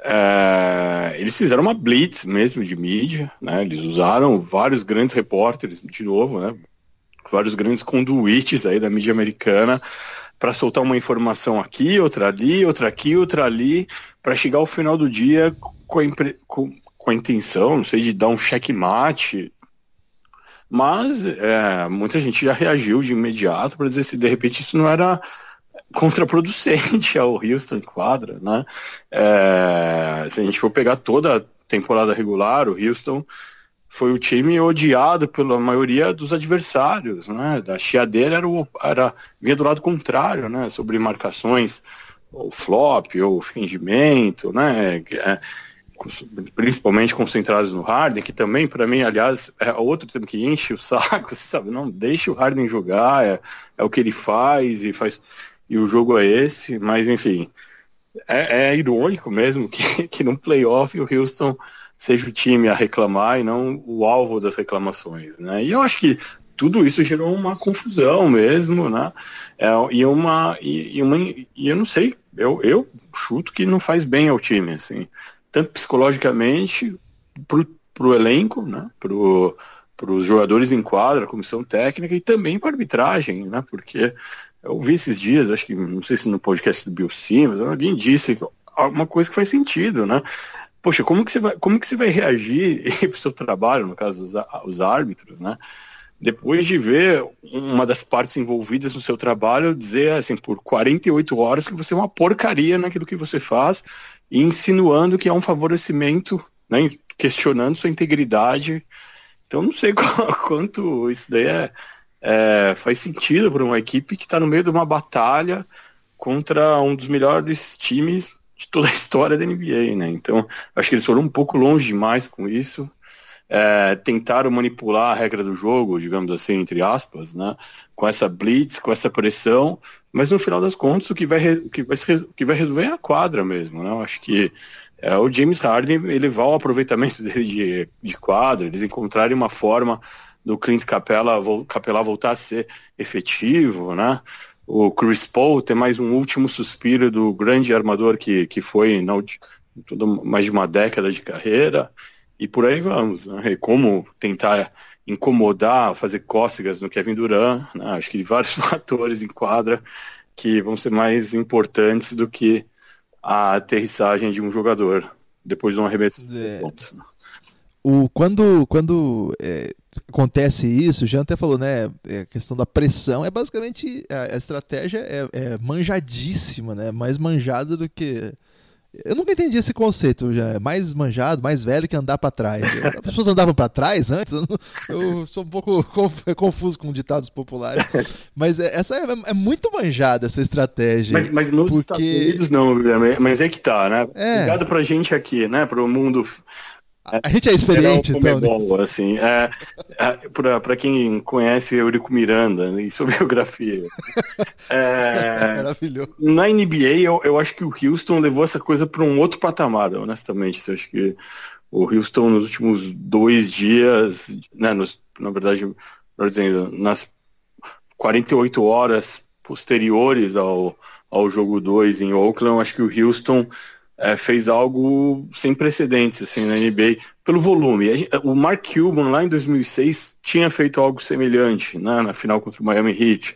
É, eles fizeram uma blitz mesmo de mídia, né? Eles usaram vários grandes repórteres, de novo, né? Vários grandes conduítes aí da mídia americana para soltar uma informação aqui, outra ali, outra aqui, outra ali, para chegar ao final do dia com a, impre... com, com a intenção, não sei, de dar um checkmate. Mas é, muita gente já reagiu de imediato para dizer se de repente isso não era contraproducente ao Houston em quadra, né? É, se a gente for pegar toda a temporada regular, o Houston foi o time odiado pela maioria dos adversários, né? Da chiadeira era, o, era vinha do lado contrário, né? Sobre marcações, ou flop, ou fingimento, né? É, principalmente concentrados no Harden, que também, para mim, aliás, é outro time que enche o saco, sabe? Não deixa o Harden jogar, é, é o que ele faz e faz e o jogo é esse, mas enfim, é, é irônico mesmo que, que no playoff o Houston seja o time a reclamar e não o alvo das reclamações, né? E eu acho que tudo isso gerou uma confusão mesmo, né? É, e uma e, e uma e eu não sei, eu, eu chuto que não faz bem ao time, assim, tanto psicologicamente pro, pro elenco, né? Pro para os jogadores em quadra, comissão técnica e também para arbitragem, né? Porque eu vi esses dias, acho que não sei se no podcast do Bill Simmons, alguém disse uma coisa que faz sentido, né? Poxa, como que você vai, como que você vai reagir para o seu trabalho, no caso, os, os árbitros, né? Depois de ver uma das partes envolvidas no seu trabalho dizer, assim, por quarenta e oito horas que você é uma porcaria naquilo que você faz e insinuando que é um favorecimento, né? Questionando sua integridade. Então, não sei quanto isso daí é, é, faz sentido para uma equipe que está no meio de uma batalha contra um dos melhores times de toda a história da N B A, né? Então, acho que eles foram um pouco longe demais com isso. É, tentaram manipular a regra do jogo, digamos assim, entre aspas, né? Com essa blitz, com essa pressão, mas no final das contas o que vai, o que vai, o que vai resolver é a quadra mesmo, né? Eu acho que é o James Harden elevar o aproveitamento dele de, de quadra, eles encontrarem uma forma do Clint Capela, Capela voltar a ser efetivo, né? O Chris Paul ter mais um último suspiro do grande armador que, que foi na, toda, mais de uma década de carreira, e por aí vamos, né? E como tentar incomodar, fazer cócegas no Kevin Durant, né? Acho que vários fatores em quadra que vão ser mais importantes do que a aterrissagem de um jogador depois de um arremesso de é. pontos. O, quando quando é, acontece isso, o Jean até falou, né? A questão da pressão é basicamente a, a estratégia é, é manjadíssima, né? Mais manjada do que. Eu nunca entendi esse conceito, já. Mais manjado, mais velho que andar para trás. As pessoas andavam para trás antes? Eu, não, eu sou um pouco confuso com ditados populares. Mas é, essa é, é muito manjada, essa estratégia. Mas, mas nos porque... Estados Unidos não, mas é que tá, né? É. Obrigado pra gente aqui, né? Pro mundo A gente é experiente, então. Bom, assim, é, é, para quem conhece Eurico Miranda, né, e sua biografia. É, Maravilhoso. Na N B A, eu, eu acho que o Houston levou essa coisa para um outro patamar, honestamente. Eu acho que o Houston, nos últimos dois dias, né, nos, na verdade, dizendo, nas quarenta e oito horas posteriores ao, ao jogo dois em Oakland, eu acho que o Houston É, fez algo sem precedentes assim, na N B A, pelo volume. O Mark Cuban, lá em dois mil e seis, tinha feito algo semelhante, né, na final contra o Miami Heat.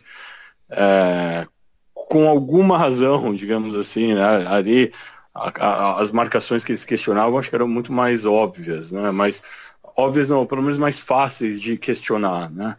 É, com alguma razão, digamos assim, né, ali a, a, as marcações que eles questionavam acho que eram muito mais óbvias, né, mas óbvias não, pelo menos mais fáceis de questionar, né,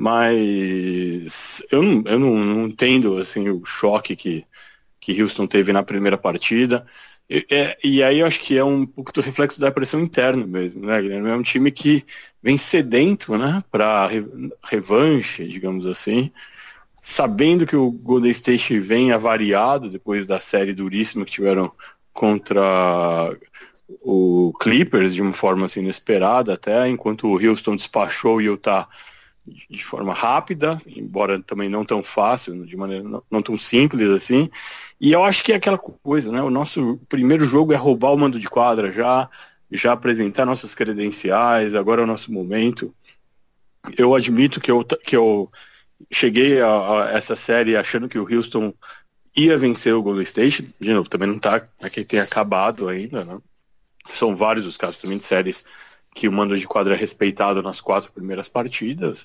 mas eu não, eu não, não entendo assim, o choque que, que Houston teve na primeira partida. E, e aí eu acho que é um pouco do reflexo da pressão interna mesmo, né, Guilherme? É um time que vem sedento, né, para re, revanche, digamos assim, sabendo que o Golden State vem avariado depois da série duríssima que tiveram contra o Clippers de uma forma assim, inesperada até, enquanto o Houston despachou o Utah de forma rápida, embora também não tão fácil, de maneira não, não tão simples assim. E eu acho que é aquela coisa, né? O nosso primeiro jogo é roubar o mando de quadra já, já apresentar nossas credenciais, agora é o nosso momento. Eu admito que eu, que eu cheguei a, a essa série achando que o Houston ia vencer o Golden State, de novo, também não tá, é que tem acabado ainda, né? São vários os casos também de séries que o mando de quadra é respeitado nas quatro primeiras partidas.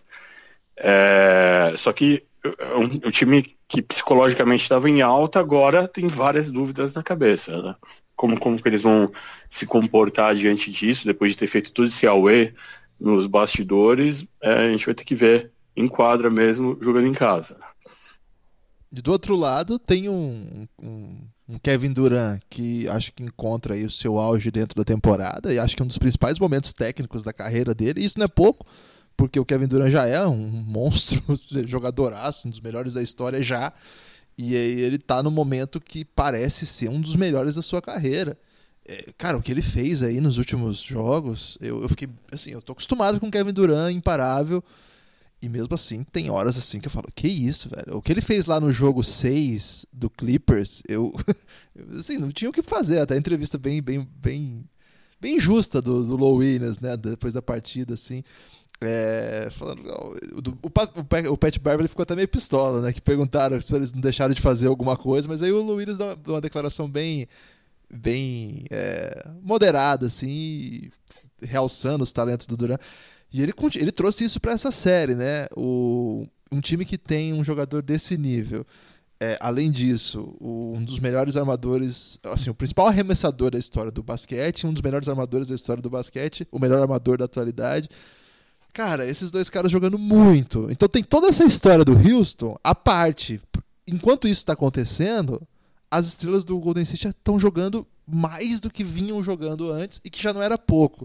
É, só que o, o time que psicologicamente estava em alta agora tem várias dúvidas na cabeça, né? Como, como que eles vão se comportar diante disso, depois de ter feito todo esse auê nos bastidores, é, a gente vai ter que ver em quadra mesmo, jogando em casa. E do outro lado tem um, um, um Kevin Durant que acho que encontra aí o seu auge dentro da temporada e acho que é um dos principais momentos técnicos da carreira dele, e isso não é pouco, porque o Kevin Durant já é um monstro, jogadoraço, um dos melhores da história já, e aí ele tá no momento que parece ser um dos melhores da sua carreira. É, cara, o que ele fez aí nos últimos jogos, eu, eu fiquei, assim, eu tô acostumado com o Kevin Durant, imparável, e mesmo assim, tem horas assim que eu falo, que isso, velho? O que ele fez lá no jogo seis do Clippers, eu, assim, não tinha o que fazer, até a entrevista bem, bem, bem, bem justa do, do Lou Williams, né, depois da partida, assim, é, falando, o, o, o Pat Beverly ficou até meio pistola, né, que perguntaram se eles não deixaram de fazer alguma coisa, mas aí o Lou Williams dá uma, dá uma declaração bem, bem é, moderada, assim, realçando os talentos do Durant. E ele, ele trouxe isso para essa série, né? O, um time que tem um jogador desse nível. É, além disso, o, um dos melhores armadores, assim, o principal arremessador da história do basquete, um dos melhores armadores da história do basquete, o melhor armador da atualidade. Cara, esses dois caras jogando muito. Então tem toda essa história do Houston, à parte. Enquanto isso está acontecendo, as estrelas do Golden State estão jogando mais do que vinham jogando antes e que já não era pouco.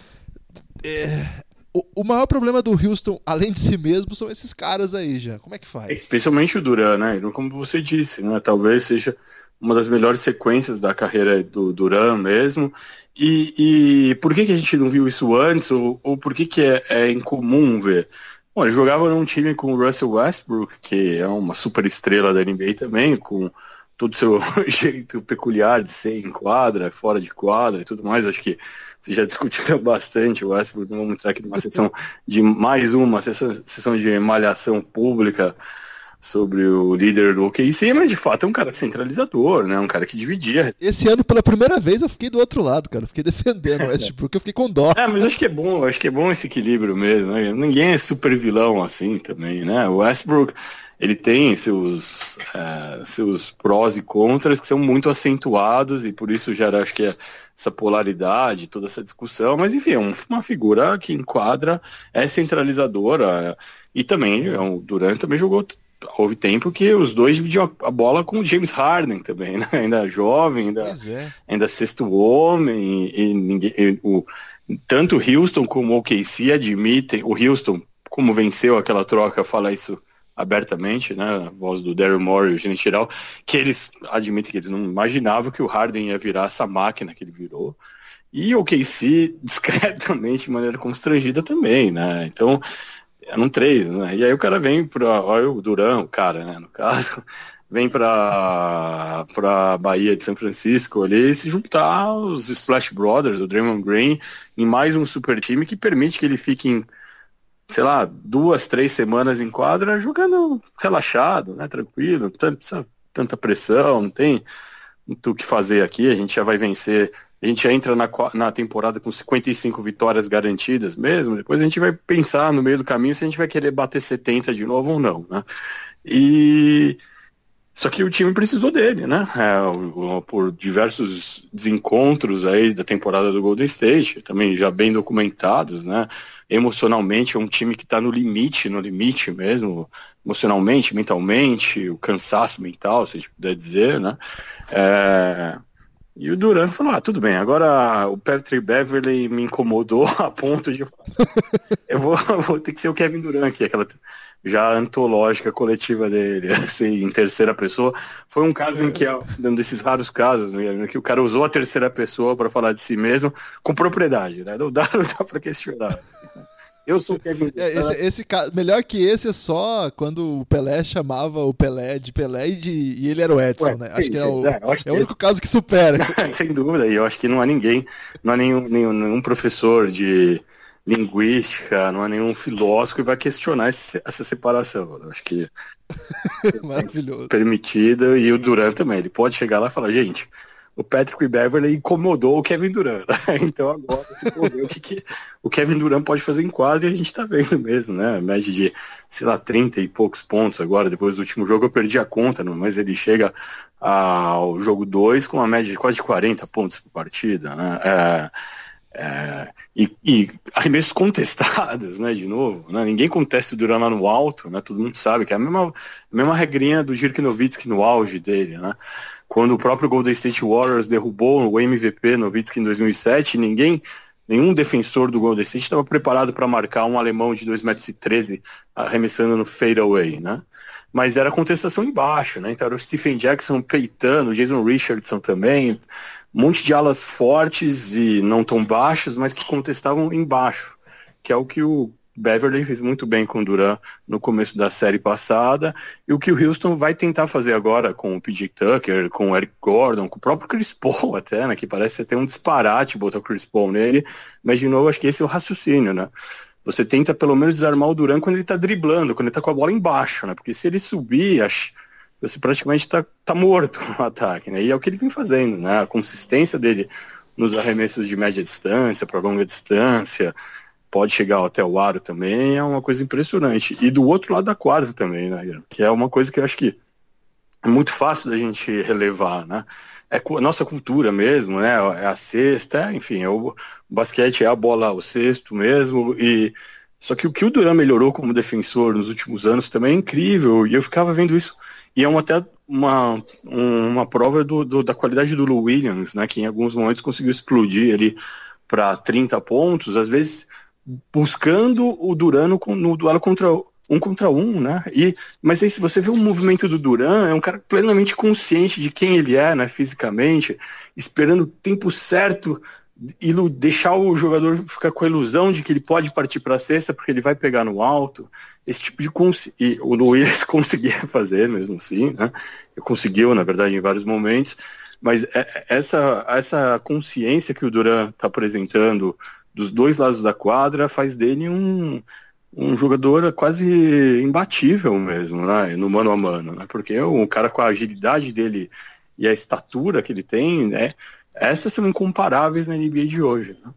É... O, o maior problema do Houston, além de si mesmo, são esses caras aí, já. Como é que faz? Especialmente o Durant, né? Como você disse, né? Talvez seja uma das melhores sequências da carreira do Durant mesmo. E, e por que, que a gente não viu isso antes? Ou, ou por que, que é, é incomum ver? Bom, ele jogava num time com o Russell Westbrook, que é uma super estrela da N B A também, com todo o seu jeito peculiar de ser em quadra, fora de quadra e tudo mais. Acho que vocês já discutiram bastante o Westbrook, vamos entrar aqui numa sessão de mais uma sessão, sessão de malhação pública sobre o líder do O K C, mas de fato é um cara centralizador, né? Um cara que dividia. Esse ano, pela primeira vez, eu fiquei do outro lado, cara. Eu fiquei defendendo o Westbrook, eu fiquei com dó. É, mas acho que é bom, acho que é bom esse equilíbrio mesmo, né? Ninguém é super vilão assim também, né? O Westbrook, ele tem seus, é, seus prós e contras que são muito acentuados e por isso gera, acho que é essa polaridade, toda essa discussão, mas enfim, é uma figura que enquadra, é centralizadora, e também, o Durant também jogou, houve tempo que os dois dividiam a bola com o James Harden também, né? Ainda jovem, ainda, é. ainda sexto homem, e, e ninguém, e, o, tanto o Houston como o O K C admitem, o Houston, como venceu aquela troca, fala isso abertamente, né, a voz do Daryl Morey, o gerente geral, que eles admitem que eles não imaginavam que o Harden ia virar essa máquina que ele virou, E o O K C discretamente, de maneira constrangida também, né? Então, eram três, né? E aí o cara vem para, olha o Durant, o cara, né, no caso, vem para para Bahia de São Francisco ali se juntar aos Splash Brothers, do Draymond Green, em mais um super time que permite que ele fique em, sei lá, duas, três semanas em quadra jogando relaxado, né, tranquilo, não precisa tanta pressão, não tem muito o que fazer aqui, a gente já vai vencer, a gente já entra na, na temporada com cinquenta e cinco vitórias garantidas mesmo, depois a gente vai pensar no meio do caminho se a gente vai querer bater setenta de novo ou não, né, e... Só que o time precisou dele, né? É, por diversos desencontros aí da temporada do Golden State, também já bem documentados, né? Emocionalmente é um time que está no limite, no limite mesmo, emocionalmente, mentalmente, o cansaço mental, se a gente puder dizer, né? É... E o Durant falou, ah, tudo bem, agora o Patrick Beverley me incomodou a ponto de... eu vou, vou ter que ser o Kevin Durant aqui, aquela já antológica coletiva dele, assim, em terceira pessoa. Foi um caso em que, um desses raros casos, né, que o cara usou a terceira pessoa para falar de si mesmo com propriedade, né? Não dá, não dá para questionar. Assim, né? Eu sou o Kevin Durant. É, esse, esse caso, melhor que esse é só quando o Pelé chamava o Pelé de Pelé e, de, e ele era o Edson, Ué, né? Acho sim, que é o, é, acho é o único que... caso que supera. Sem dúvida, e eu acho que não há ninguém, não há nenhum, nenhum, nenhum professor de linguística, não há nenhum filósofo que vai questionar esse, essa separação. Eu acho que maravilhoso. É permitida, e o Durant também, ele pode chegar lá e falar, gente, o Patrick Beverley incomodou o Kevin Durant, então agora você pode ver o que, que o Kevin Durant pode fazer em quadro, e a gente tá vendo mesmo, né, a média de, sei lá, trinta e poucos pontos agora, depois do último jogo eu perdi a conta, mas ele chega ao jogo dois com uma média de quase quarenta pontos por partida, né, é, é, e, e arremessos contestados, né, de novo, né, ninguém contesta o Durant lá no alto, né, todo mundo sabe que é a mesma, a mesma regrinha do Dirk Nowitzki no auge dele, né. Quando o próprio Golden State Warriors derrubou o M V P Nowitzki em dois mil e sete, ninguém, nenhum defensor do Golden State estava preparado para marcar um alemão de dois metros e treze arremessando no fadeaway, né? Mas era contestação embaixo, né? Então era o Stephen Jackson peitando, o Jason Richardson também, um monte de alas fortes e não tão baixos, mas que contestavam embaixo, que é o que o Beverley fez muito bem com o Durant no começo da série passada, e o que o Houston vai tentar fazer agora com o P J Tucker, com o Eric Gordon, com o próprio Chris Paul até, né, que parece ter um disparate botar o Chris Paul nele, mas de novo acho que esse é o raciocínio, né, você tenta pelo menos desarmar o Durant quando ele tá driblando, quando ele tá com a bola embaixo, né, porque se ele subir, acho, você praticamente tá, tá morto no ataque, né, e é o que ele vem fazendo, né, a consistência dele nos arremessos de média distância para longa distância, pode chegar até o aro também, é uma coisa impressionante. E do outro lado da quadra também, né, que é uma coisa que eu acho que é muito fácil da gente relevar, né, é a nossa cultura mesmo, né, é a cesta, é, enfim, é o, o basquete é a bola, o cesto mesmo, e só que o que o Durant melhorou como defensor nos últimos anos também é incrível, e eu ficava vendo isso, e é uma, até uma, uma prova do, do, da qualidade do Lou Williams, né, que em alguns momentos conseguiu explodir ali para trinta pontos, às vezes buscando o Durant no, no duelo contra um contra um, né? E, mas aí se você vê o movimento do Durant, é um cara plenamente consciente de quem ele é, né, fisicamente, esperando o tempo certo e deixar o jogador ficar com a ilusão de que ele pode partir para a cesta porque ele vai pegar no alto. Esse tipo de consci... e o Luiz conseguia fazer mesmo assim, né? Conseguiu, na verdade, em vários momentos, mas essa, essa consciência que o Durant está apresentando dos dois lados da quadra faz dele um, um jogador quase imbatível mesmo, né, no mano a mano, né, porque o cara com a agilidade dele e a estatura que ele tem, né, essas são incomparáveis na N B A de hoje, né?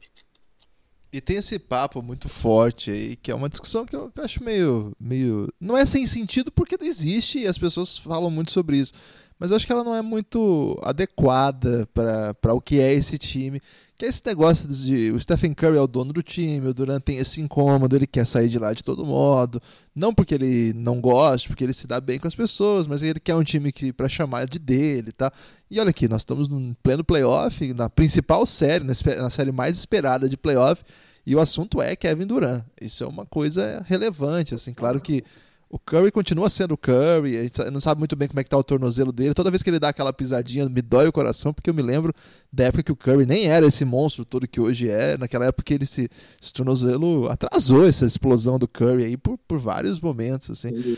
E tem esse papo muito forte aí, que é uma discussão que eu, que eu acho meio, meio... Não é sem sentido porque existe e as pessoas falam muito sobre isso, mas eu acho que ela não é muito adequada para o que é esse time. Que é esse negócio de o Stephen Curry é o dono do time, o Durant tem esse incômodo, ele quer sair de lá de todo modo, não porque ele não gosta, porque ele se dá bem com as pessoas, mas ele quer um time que para chamar de dele, tá? E olha aqui, nós estamos no pleno playoff, na principal série, na série mais esperada de playoff, e o assunto é Kevin Durant. Isso é uma coisa relevante, assim, claro que O Curry continua sendo o Curry, a gente não sabe muito bem como é que tá o tornozelo dele. Toda vez que ele dá aquela pisadinha, me dói o coração, porque eu me lembro da época que o Curry nem era esse monstro todo que hoje é. Naquela época que ele se, esse tornozelo atrasou essa explosão do Curry aí por, por vários momentos, assim.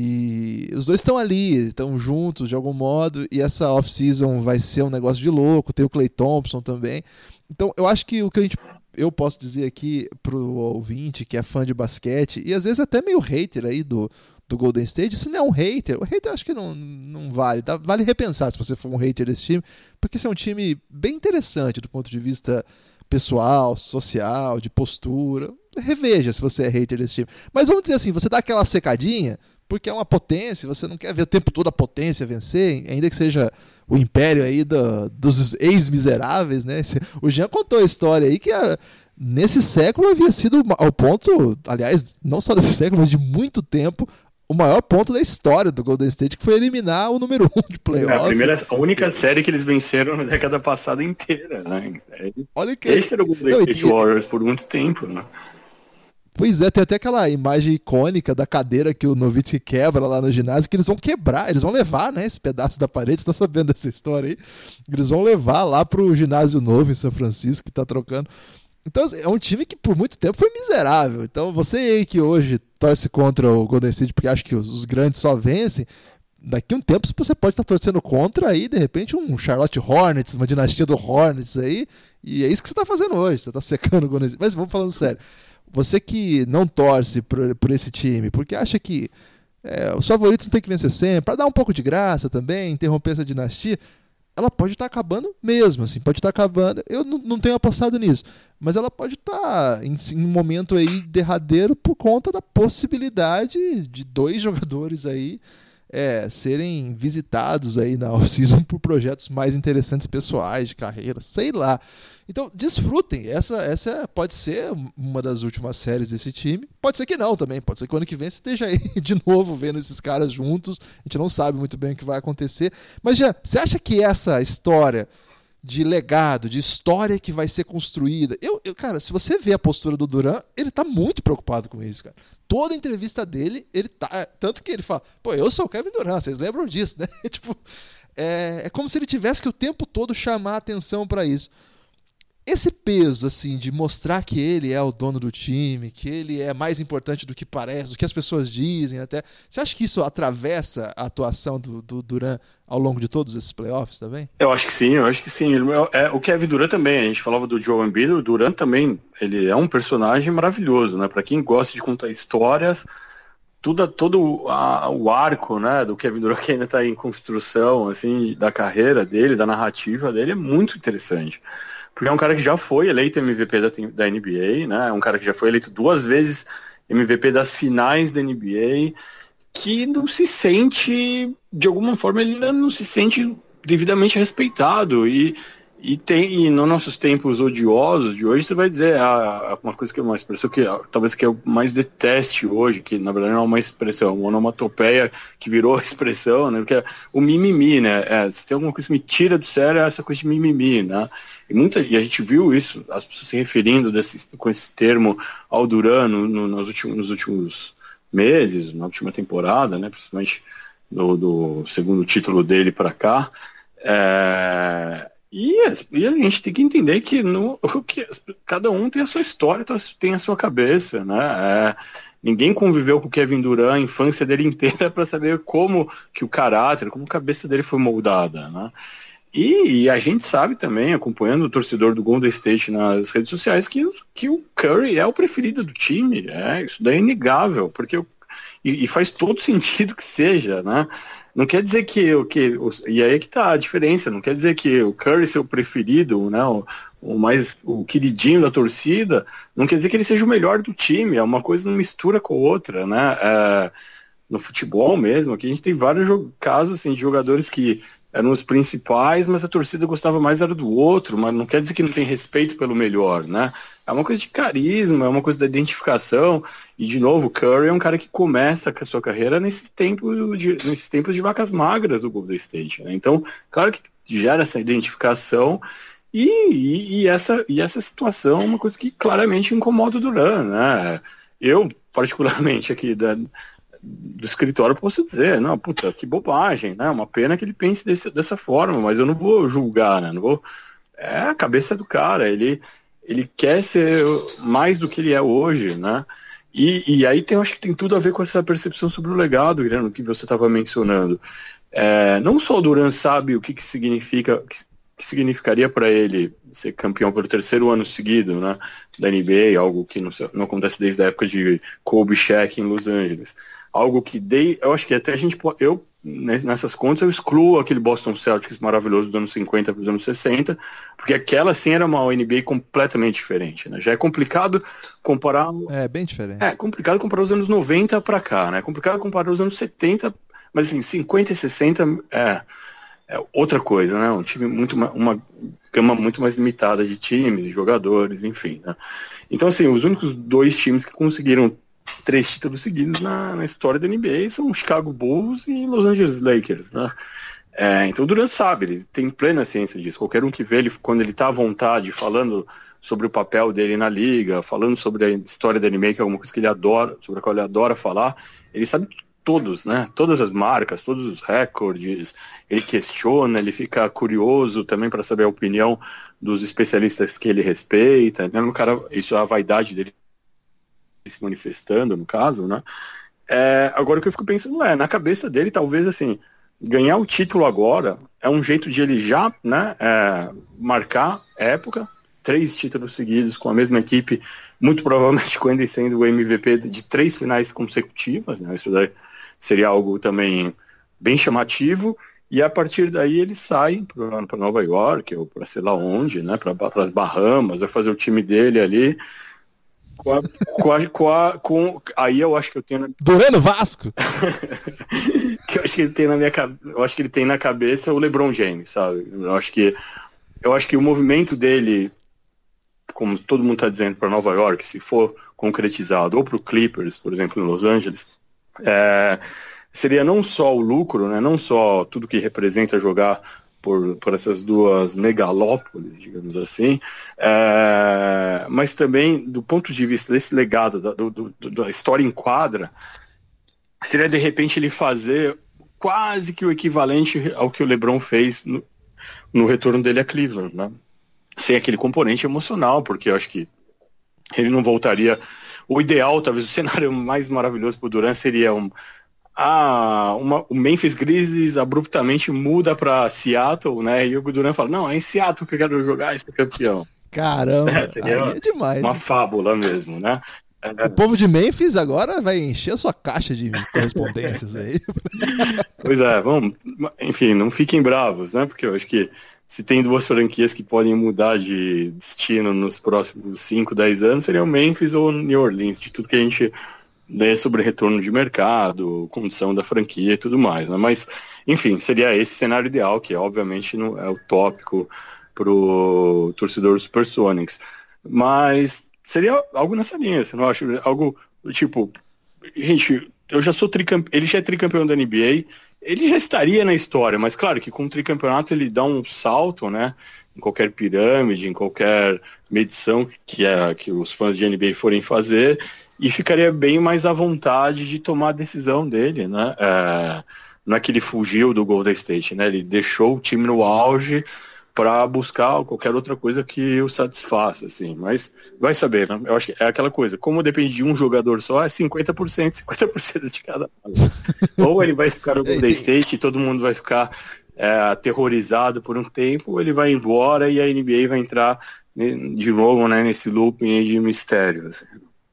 E os dois estão ali, estão juntos de algum modo, e essa off-season vai ser um negócio de louco. Tem o Klay Thompson também. Então eu acho que o que a gente... eu posso dizer aqui pro ouvinte que é fã de basquete, e às vezes até meio hater aí do, do Golden State, se não é um hater, o hater acho que não, não vale, tá? Vale repensar se você for um hater desse time, porque esse é um time bem interessante do ponto de vista pessoal, social, de postura. Reveja se você é hater desse time. Mas vamos dizer assim, você dá aquela secadinha, porque é uma potência, você não quer ver o tempo todo a potência vencer, ainda que seja o império aí do, dos ex-miseráveis, né? O Jean contou a história aí que a, nesse século havia sido ao ponto, aliás, não só desse século, mas de muito tempo, o maior ponto da história do Golden State, que foi eliminar o número um de playoff. É a, primeira, a única série que eles venceram na década passada inteira, né? Olha que... Esse era o Golden não, State e... Warriors por muito tempo, né? Pois é, tem até aquela imagem icônica da cadeira que o Nowitzki quebra lá no ginásio, que eles vão quebrar, eles vão levar, né, esse pedaço da parede, você tá sabendo dessa história aí? Eles vão levar lá pro ginásio novo em São Francisco, que tá trocando. Então é um time que por muito tempo foi miserável. Então você aí que hoje torce contra o Golden State porque acha que os, os grandes só vencem, daqui a um tempo você pode estar torcendo contra aí, de repente, um Charlotte Hornets, uma dinastia do Hornets aí, e é isso que você tá fazendo hoje, você tá secando o Golden State. Mas vamos falando sério. Você que não torce por, por esse time, porque acha que é, os favoritos não tem que vencer sempre, para dar um pouco de graça também, interromper essa dinastia, ela pode estar acabando mesmo, assim, pode estar acabando. Eu não, não tenho apostado nisso, mas ela pode estar em, em um momento aí derradeiro por conta da possibilidade de dois jogadores aí é, serem visitados aí na off-season por projetos mais interessantes pessoais, de carreira, sei lá. Então, desfrutem. Essa, essa pode ser uma das últimas séries desse time. Pode ser que não também. Pode ser que o ano que vem você esteja aí de novo vendo esses caras juntos. A gente não sabe muito bem o que vai acontecer. Mas, Jean, você acha que essa história de legado, de história que vai ser construída... Eu, eu, cara, se você vê a postura do Durant, ele tá muito preocupado com isso, cara. Toda entrevista dele, ele tá... Tanto que ele fala, pô, eu sou o Kevin Durant, vocês lembram disso, né? tipo, é, é como se ele tivesse que o tempo todo chamar a atenção para isso. Esse peso, assim, de mostrar que ele é o dono do time, que ele é mais importante do que parece, do que as pessoas dizem até, você acha que isso atravessa a atuação do, do Durant ao longo de todos esses playoffs também? Eu acho que sim, eu acho que sim. É, o Kevin Durant também, a gente falava do Joel Embiid, o Durant também, ele é um personagem maravilhoso, né? Para quem gosta de contar histórias, tudo, todo a, o arco, né, do Kevin Durant que ainda está em construção, assim, da carreira dele, da narrativa dele, é muito interessante. Porque é um cara que já foi eleito M V P da, da N B A, né? É um cara que já foi eleito duas vezes M V P das finais da N B A, que não se sente, de alguma forma, ele ainda não se sente devidamente respeitado. E, e, tem, e nos nossos tempos odiosos de hoje, você vai dizer ah, uma coisa que é uma expressão que talvez que eu mais deteste hoje, que na verdade não é uma expressão, uma onomatopeia que virou expressão, né? Porque é o mimimi, né? É, se tem alguma coisa que me tira do sério, é essa coisa de mimimi, né? E, muita, e a gente viu isso, as pessoas se referindo desse, com esse termo ao Durant no, no, nos, últimos, nos últimos meses, na última temporada, né, principalmente do, do segundo título dele para cá. É, e, e a gente tem que entender que, no, que cada um tem a sua história, tem a sua cabeça. Né? É, ninguém conviveu com o Kevin Durant a infância dele inteira para saber como que o caráter, como a cabeça dele foi moldada. Né? E, e a gente sabe também, acompanhando o torcedor do Golden State nas redes sociais, que, que o Curry é o preferido do time. É, isso daí é inegável, porque e, e faz todo sentido que seja, né? Não quer dizer que o que e aí é que tá a diferença. Não quer dizer que o Curry ser o preferido, né? O, o mais o queridinho da torcida. Não quer dizer que ele seja o melhor do time. É uma coisa não mistura com a outra, né? É, no futebol mesmo, aqui a gente tem vários casos assim, de jogadores que eram os principais, mas a torcida gostava mais era do outro, mas não quer dizer que não tem respeito pelo melhor, né? É uma coisa de carisma, é uma coisa da identificação, e de novo, Curry é um cara que começa a sua carreira nesses tempos de, nesses tempos de vacas magras do Golden State, né? Então, claro que gera essa identificação, e, e, e, essa, e essa situação é uma coisa que claramente incomoda o Durant, né? Eu, particularmente aqui da do escritório, eu posso dizer, não, puta, que bobagem, né? Uma pena que ele pense desse, dessa forma, mas eu não vou julgar, né? Não vou... É a cabeça do cara, ele, ele quer ser mais do que ele é hoje, né? E, e aí tem, eu acho que tem tudo a ver com essa percepção sobre o legado, Guilherme, que você estava mencionando. É, não só o Durant sabe o que, que significa, que, que significaria para ele ser campeão pelo terceiro ano seguido, né, da N B A, algo que não, não acontece desde a época de Kobe e Shaq em Los Angeles. Algo que dei, eu acho que até a gente pode, eu nessas contas eu excluo aquele Boston Celtics maravilhoso dos anos cinquenta para os anos sessenta, porque aquela sim era uma N B A completamente diferente, né? Já é complicado comparar. É bem diferente. É complicado comparar os anos noventa para cá, né? É complicado comparar os anos setenta, mas assim, cinquenta e sessenta é, é outra coisa, né? Um time muito uma gama muito mais limitada de times, de jogadores, enfim, né? Então assim, os únicos dois times que conseguiram três títulos seguidos na, na história da N B A são o Chicago Bulls e Los Angeles Lakers, né? É, então o Durant sabe, ele tem plena ciência disso. Qualquer um que vê ele quando ele está à vontade, falando sobre o papel dele na liga, falando sobre a história da N B A, que é alguma coisa que ele adora, sobre a qual ele adora falar, ele sabe todos, né? Todas as marcas, todos os recordes, ele questiona, ele fica curioso também para saber a opinião dos especialistas que ele respeita, né? O cara, isso é a vaidade dele se manifestando, no caso, né? É, agora o que eu fico pensando é, na cabeça dele, talvez, assim, ganhar o título agora é um jeito de ele já, né, é, marcar época, três títulos seguidos com a mesma equipe, muito provavelmente com ele sendo o M V P de três finais consecutivas, né? Isso daí seria algo também bem chamativo, e a partir daí ele sai para Nova York, ou para sei lá onde, né, para as Bahamas, vai fazer o time dele ali, Com a, com a, com a, com, aí eu acho que eu tenho na... Durando Vasco. que eu acho que ele tem na minha eu acho que ele tem na cabeça o LeBron James, sabe? Eu acho que eu acho que o movimento dele, como todo mundo está dizendo, para Nova York, se for concretizado, ou para o Clippers, por exemplo, em Los Angeles, é, seria não só o lucro, né? Não só tudo que representa jogar Por, por essas duas megalópolis, digamos assim, é, mas também do ponto de vista desse legado da, do, do, da história em quadra, seria de repente ele fazer quase que o equivalente ao que o LeBron fez no, no retorno dele a Cleveland, né? Sem aquele componente emocional, porque eu acho que ele não voltaria. O ideal, talvez o cenário mais maravilhoso para o Durant seria um Ah, uma, o Memphis Grizzlies abruptamente muda para Seattle, né? E o Durant fala, não, é em Seattle que eu quero jogar e ser campeão. Caramba, é, seria aí é demais. Uma fábula mesmo, né? O povo de Memphis agora vai encher a sua caixa de correspondências aí. Pois é, vamos, enfim, não fiquem bravos, né? Porque eu acho que se tem duas franquias que podem mudar de destino nos próximos cinco, dez anos, seria o Memphis ou o New Orleans, de tudo que a gente né, sobre retorno de mercado, condição da franquia e tudo mais, né? Mas, enfim, seria esse cenário ideal, que obviamente não é utópico para o torcedor do Supersonics. Mas seria algo nessa linha, você não acha? Algo tipo, gente, eu já sou tricampeão, ele já é tricampeão da N B A, ele já estaria na história, mas claro que com o tricampeonato ele dá um salto, né? Em qualquer pirâmide, em qualquer medição que, é, que os fãs de N B A forem fazer, e ficaria bem mais à vontade de tomar a decisão dele, né? É, não é que ele fugiu do Golden State, né? Ele deixou o time no auge para buscar qualquer outra coisa que o satisfaça, assim. Mas vai saber, né? Eu acho que é aquela coisa, como depende de um jogador só, é cinquenta por cento, cinquenta por cento de cada lado. Ou ele vai ficar no Golden State e todo mundo vai ficar é, aterrorizado por um tempo, ou ele vai embora e a N B A vai entrar de novo, né, nesse looping de mistério, assim.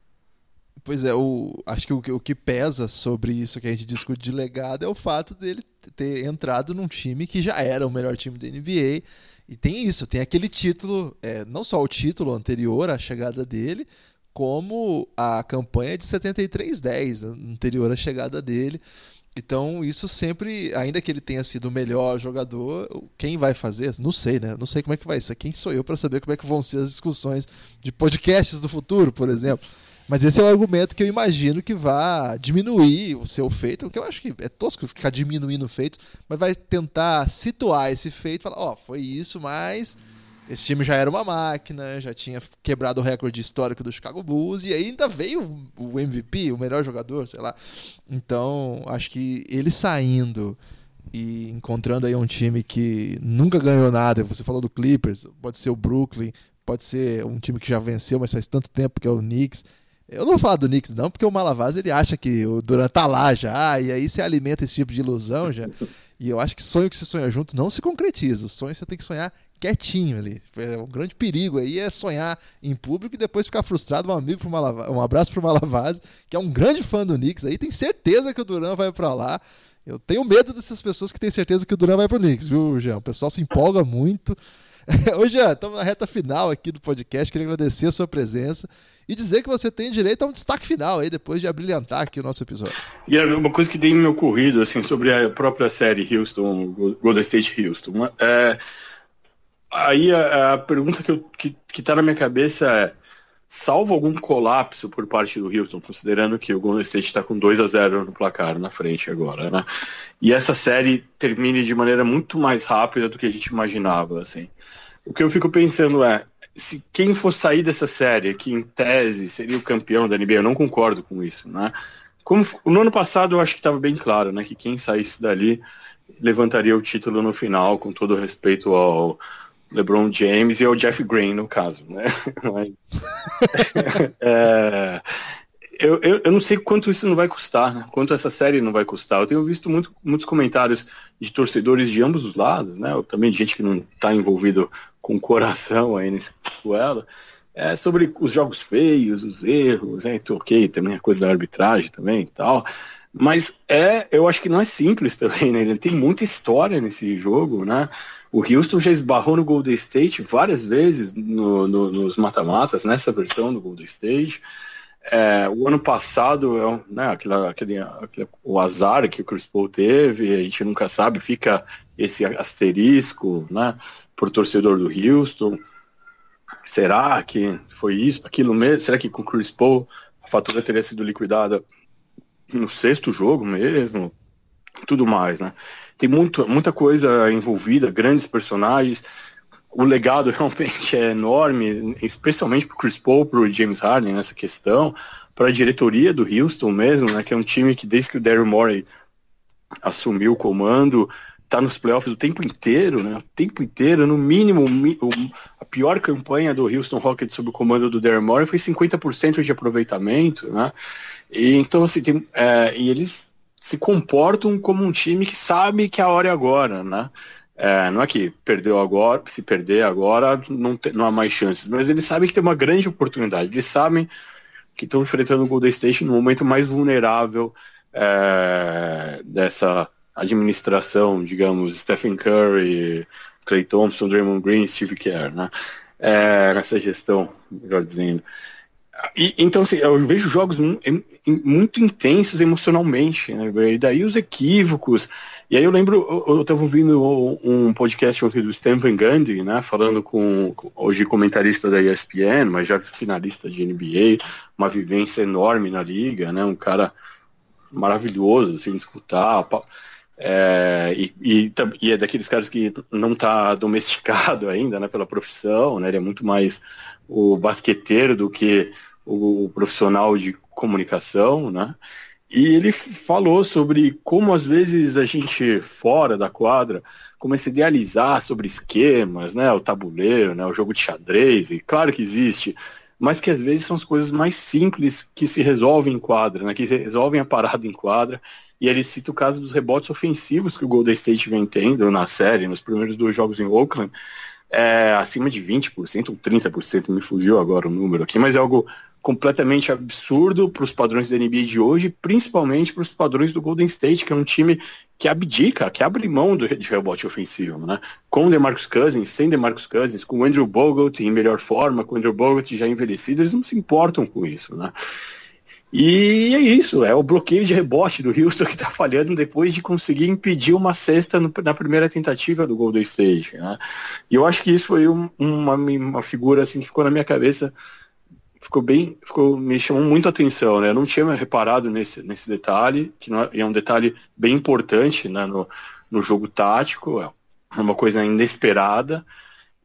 Pois é, o, acho que o, o que pesa sobre isso que a gente discute de legado é o fato dele ter entrado num time que já era o melhor time da N B A. E tem isso, tem aquele título, é, não só o título anterior à chegada dele, como a campanha de setenta e três dez, anterior à chegada dele. Então isso sempre, ainda que ele tenha sido o melhor jogador, quem vai fazer? Não sei, né? Não sei como é que vai ser. Quem sou eu para saber como é que vão ser as discussões de podcasts do futuro, por exemplo? Mas esse é o argumento que eu imagino que vai diminuir o seu feito, que eu acho que é tosco ficar diminuindo o feito, mas vai tentar situar esse feito e falar, ó, oh, foi isso, mas esse time já era uma máquina, já tinha quebrado o recorde histórico do Chicago Bulls e ainda veio o M V P, o melhor jogador, sei lá. Então, acho que ele saindo e encontrando aí um time que nunca ganhou nada, você falou do Clippers, pode ser o Brooklyn, pode ser um time que já venceu, mas faz tanto tempo, que é o Knicks. Eu não vou falar do Knicks não, porque o Malavaz ele acha que o Durant tá lá já, e aí você alimenta esse tipo de ilusão já. E eu acho que sonho que se sonha junto não se concretiza. O sonho você tem que sonhar quietinho ali. É um grande perigo aí é sonhar em público e depois ficar frustrado. Um amigo pro Malavaz, um abraço pro Malavaz, que é um grande fã do Knicks aí, tem certeza que o Durant vai pra lá. Eu tenho medo dessas pessoas que têm certeza que o Durant vai pro Knicks, viu, Jean? O pessoal se empolga muito. Ô, Jean, estamos na reta final aqui do podcast. Queria agradecer a sua presença e dizer que você tem direito a um destaque final aí, depois de abrilhantar aqui o nosso episódio. E uma coisa que tem me ocorrido, assim, sobre a própria série Houston, Golden State Houston, é, aí a, a pergunta que, eu, que, que tá na minha cabeça é, salvo algum colapso por parte do Houston, considerando que o Golden State está com dois a zero no placar na frente agora, né? E essa série termine de maneira muito mais rápida do que a gente imaginava, assim. O que eu fico pensando é, se quem for sair dessa série, que em tese seria o campeão da N B A, eu não concordo com isso, né? Como no ano passado eu acho que estava bem claro, né, que quem saísse dali levantaria o título no final, com todo respeito ao LeBron James e ao Jeff Green, no caso, né? é, eu, eu, eu não sei quanto isso não vai custar, né? Quanto essa série não vai custar. Eu tenho visto muito, muitos comentários de torcedores de ambos os lados, né? Ou também de gente que não está envolvido com o coração aí nesse duelo, é, sobre os jogos feios, os erros, né? Ok, também a coisa da arbitragem também e tal. Mas é, eu acho que não é simples também, né? Ele tem muita história nesse jogo, né? O Houston já esbarrou no Golden State várias vezes no, no, nos mata-matas, nessa versão do Golden State. É, o ano passado, né, aquele, aquele, aquele, o azar que o Chris Paul teve, a gente nunca sabe, fica esse asterisco, né, por torcedor do Houston. Será que foi isso, aquilo mesmo? Será que com o Chris Paul a fatura teria sido liquidada no sexto jogo mesmo? Tudo mais, né? Tem muito, muita coisa envolvida, grandes personagens. O legado realmente é enorme, especialmente para o Chris Paul, para o James Harden nessa questão, para a diretoria do Houston mesmo, né, que é um time que desde que o Daryl Morey assumiu o comando, está nos playoffs o tempo inteiro, né, o tempo inteiro, no mínimo, o, a pior campanha do Houston Rockets sob o comando do Daryl Morey foi cinquenta por cento de aproveitamento, né, e então assim, tem, é, e eles se comportam como um time que sabe que a hora é agora, né. É, não é que perdeu agora, se perder agora não, tem, não há mais chances, mas eles sabem que tem uma grande oportunidade, eles sabem que estão enfrentando o Golden State no momento mais vulnerável é, dessa administração, digamos, Stephen Curry, Klay Thompson, Draymond Green, Steve Kerr, né? É, nessa gestão, melhor dizendo. E, então, assim, eu vejo jogos muito intensos emocionalmente, né? E daí os equívocos. E aí eu lembro, eu estava ouvindo um podcast ontem do Stan Van Gundy, né? Falando com, hoje comentarista da E S P N, mas já finalista de N B A, uma vivência enorme na liga, né? Um cara maravilhoso, assim, de escutar. É, e, e, e é daqueles caras que não está domesticado ainda, né, pela profissão, né? Ele é muito mais o basqueteiro do que o, o profissional de comunicação, né? E ele falou sobre como às vezes a gente fora da quadra começa a idealizar sobre esquemas, né, o tabuleiro, né, o jogo de xadrez, e claro que existe, mas que às vezes são as coisas mais simples que se resolvem em quadra, né, que resolvem a parada em quadra. E ele cita o caso dos rebotes ofensivos que o Golden State vem tendo na série, nos primeiros dois jogos em Oakland, é, acima de vinte por cento ou trinta por cento, me fugiu agora o número aqui, mas é algo completamente absurdo para os padrões da N B A de hoje, principalmente para os padrões do Golden State, que é um time que abdica, que abre mão do, de rebote ofensivo, né? Com o DeMarcus Cousins, sem DeMarcus Cousins, com o Andrew Bogut em melhor forma, com o Andrew Bogut já envelhecido, eles não se importam com isso, né? E é isso, é o bloqueio de rebote do Houston que está falhando depois de conseguir impedir uma cesta no, na primeira tentativa do Golden State, né? E eu acho que isso foi um, uma, uma figura assim, que ficou na minha cabeça, ficou bem, ficou, me chamou muito a atenção, né? Eu não tinha reparado nesse, nesse detalhe, que não é, é um detalhe bem importante, né, no, no jogo tático, é uma coisa inesperada.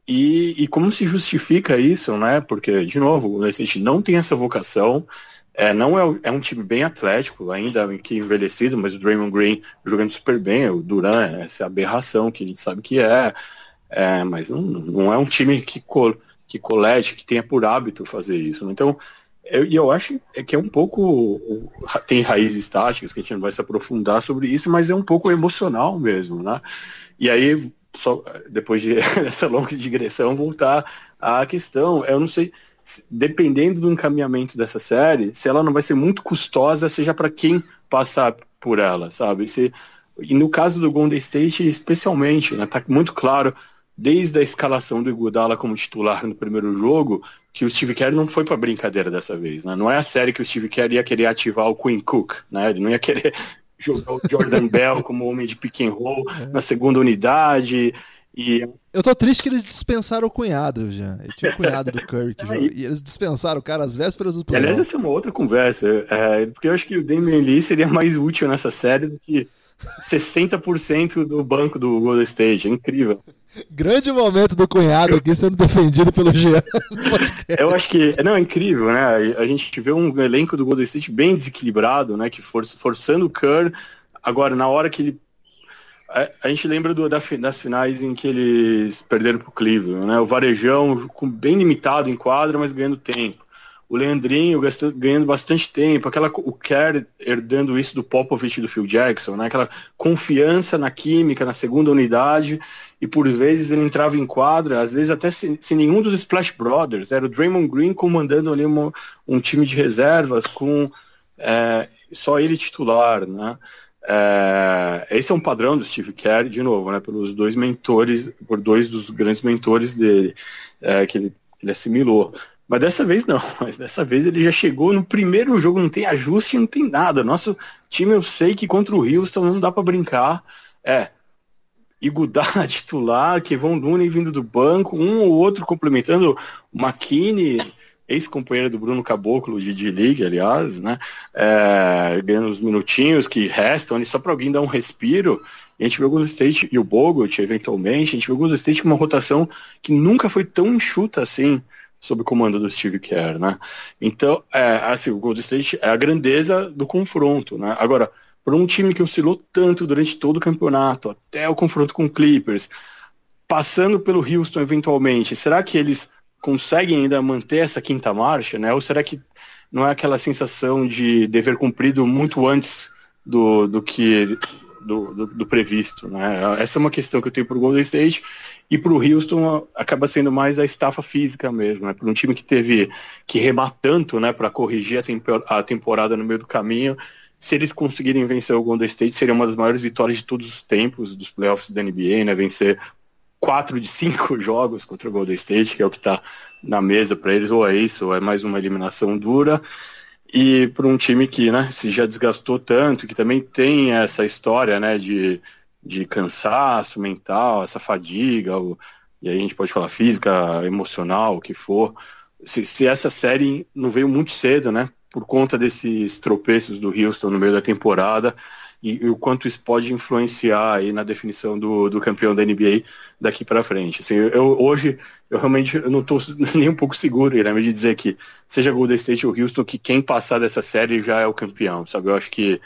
E, e como se justifica isso, né? Porque, de novo, o Golden State não tem essa vocação, é, não é, é um time bem atlético, ainda que envelhecido, mas o Draymond Green jogando super bem, o Durant, essa aberração que a gente sabe que é, é mas não, não é um time que, co, que colete, que tenha por hábito fazer isso. Né? Então, eu, eu acho que é um pouco, tem raízes táticas, que a gente não vai se aprofundar sobre isso, mas é um pouco emocional mesmo, né? E aí, só depois de essa longa digressão, voltar à questão, eu não sei, dependendo do encaminhamento dessa série, se ela não vai ser muito custosa, seja para quem passar por ela, sabe? Se, e no caso do Golden State, especialmente, né, tá muito claro, desde a escalação do Iguodala como titular no primeiro jogo, que o Steve Kerr não foi para brincadeira dessa vez, né? Não é a série que o Steve Kerr ia querer ativar o Quinn Cook, né? Ele não ia querer jogar o Jordan Bell como homem de pick and roll é. na segunda unidade. E... Eu tô triste que eles dispensaram o cunhado já. Eu tinha o cunhado do Curry que é, jogou, e eles dispensaram o cara às vésperas do playoff. Aliás, essa é uma outra conversa, é, porque eu acho que o Damian Lee seria mais útil nessa série do que sessenta por cento do banco do Golden State. É incrível. Grande momento do cunhado aqui sendo defendido pelo Jean. Eu acho que, não, é incrível, né? A gente vê um elenco do Golden State bem desequilibrado, né? Que for, forçando o Kerr. Agora, na hora que ele... A, a gente lembra do, da, das finais em que eles perderam pro Cleveland, né? O Varejão com, bem limitado em quadra, mas ganhando tempo. O Leandrinho gastando, ganhando bastante tempo. Aquela, o Kerr herdando isso do Popovich e do Phil Jackson, né? Aquela confiança na química, na segunda unidade. E por vezes ele entrava em quadra, às vezes até sem, sem nenhum dos Splash Brothers. Era o Draymond Green comandando ali uma, um time de reservas com é, só ele titular, né? É, esse é um padrão do Steve Kerr, de novo, né? Pelos dois mentores, por dois dos grandes mentores dele, é, que ele, ele assimilou. Mas dessa vez não, mas dessa vez ele já chegou no primeiro jogo, não tem ajuste, não tem nada. Nosso time, eu sei que contra o Houston não dá para brincar. É, Iguodala titular, Kevon Looney vindo do banco, um ou outro complementando, o McKinney, ex-companheiro do Bruno Caboclo de D-League, aliás, né, é, ganhando os minutinhos que restam ali só para alguém dar um respiro. E a gente viu o Golden State e o Bogut, eventualmente, a gente viu o Golden State com uma rotação que nunca foi tão enxuta assim, sob o comando do Steve Kerr, né? Então, é, assim, o Golden State é a grandeza do confronto, né? Agora, para um time que oscilou tanto durante todo o campeonato, até o confronto com o Clippers, passando pelo Houston eventualmente, será que eles conseguem ainda manter essa quinta marcha, né? Ou será que não é aquela sensação de dever cumprido muito antes do, do que do, do, do previsto, né? Essa é uma questão que eu tenho para o Golden State. E para o Houston acaba sendo mais a estafa física mesmo, né? Para um time que teve que remar tanto, né, para corrigir a, tempor- a temporada no meio do caminho, se eles conseguirem vencer o Golden State, seria uma das maiores vitórias de todos os tempos dos playoffs da N B A, né? Vencer quatro de cinco jogos contra o Golden State, que é o que está na mesa para eles, ou é isso, ou é mais uma eliminação dura. E para um time que, né, se já desgastou tanto, que também tem essa história, né, de de cansaço mental, essa fadiga, ou, e aí a gente pode falar física, emocional, o que for. Se, se essa série não veio muito cedo, né, por conta desses tropeços do Houston no meio da temporada, e, e o quanto isso pode influenciar aí na definição do, do campeão da N B A daqui para frente. Assim, eu, hoje, eu realmente eu não estou nem um pouco seguro, né, de dizer que seja Golden State ou Houston, que quem passar dessa série já é o campeão, sabe? Eu acho que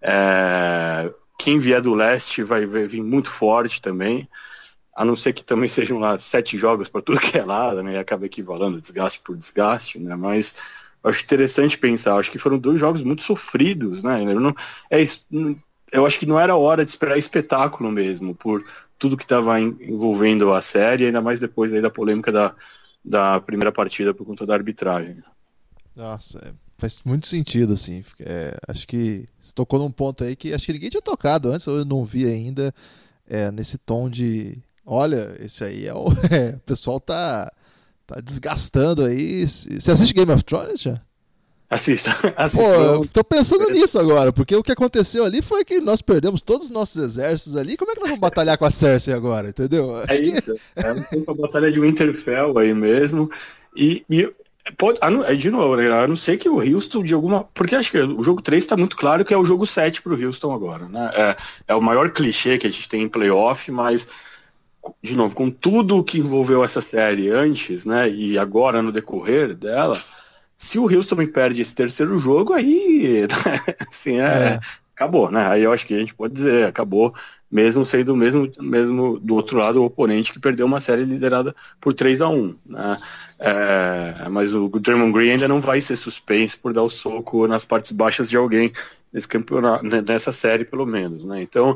é, quem vier do leste vai, vai vir muito forte também, a não ser que também sejam lá sete jogos para tudo que é lado, né? E acaba equivalendo desgaste por desgaste, né? Mas eu acho interessante pensar, acho que foram dois jogos muito sofridos, né? Eu, não, é, eu acho que não era hora de esperar espetáculo mesmo, por tudo que estava envolvendo a série, ainda mais depois aí da polêmica da, da primeira partida por conta da arbitragem. Nossa, é. Faz muito sentido, assim. É, acho que você tocou num ponto aí que acho que ninguém tinha tocado antes, eu não vi ainda, é, nesse tom de olha, esse aí é o. É, o pessoal tá, tá desgastando aí. Você assiste Game of Thrones já? Assisto. assisto. Pô, eu tô pensando nisso agora, porque o que aconteceu ali foi que nós perdemos todos os nossos exércitos ali. Como é que nós vamos batalhar com a Cersei agora, entendeu? É isso. É um tempo a batalha de Winterfell aí mesmo. E. e... Pode, de novo, né? A não ser que o Houston de alguma... Porque acho que o jogo três está muito claro que é o jogo sete pro Houston agora, né? É, é o maior clichê que a gente tem em playoff, mas de novo, com tudo que envolveu essa série antes, né, e agora no decorrer dela, se o Houston também perde esse terceiro jogo, aí, assim, é, é. acabou, né? Aí eu acho que a gente pode dizer, acabou, mesmo sendo o mesmo, mesmo do outro lado o oponente que perdeu uma série liderada por três a um, né? É, mas o Draymond Green ainda não vai ser suspenso por dar o soco nas partes baixas de alguém nesse campeonato, nessa série pelo menos, né? Então,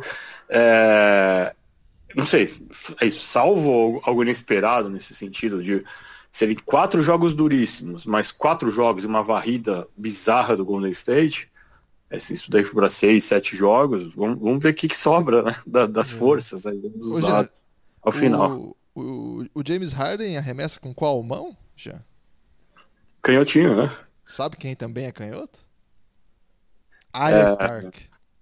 é, não sei, é isso, salvo algo inesperado nesse sentido de serem quatro jogos duríssimos, mais quatro jogos e uma varrida bizarra do Golden State, é, se isso daí for para seis, sete jogos, vamos, vamos ver o que, que sobra, né, da, das é. forças aí dos Ô, lados já, ao final. O, o, o James Harden arremessa com qual mão, já? Canhotinho, né? Sabe quem também é canhoto? Arya é... Stark.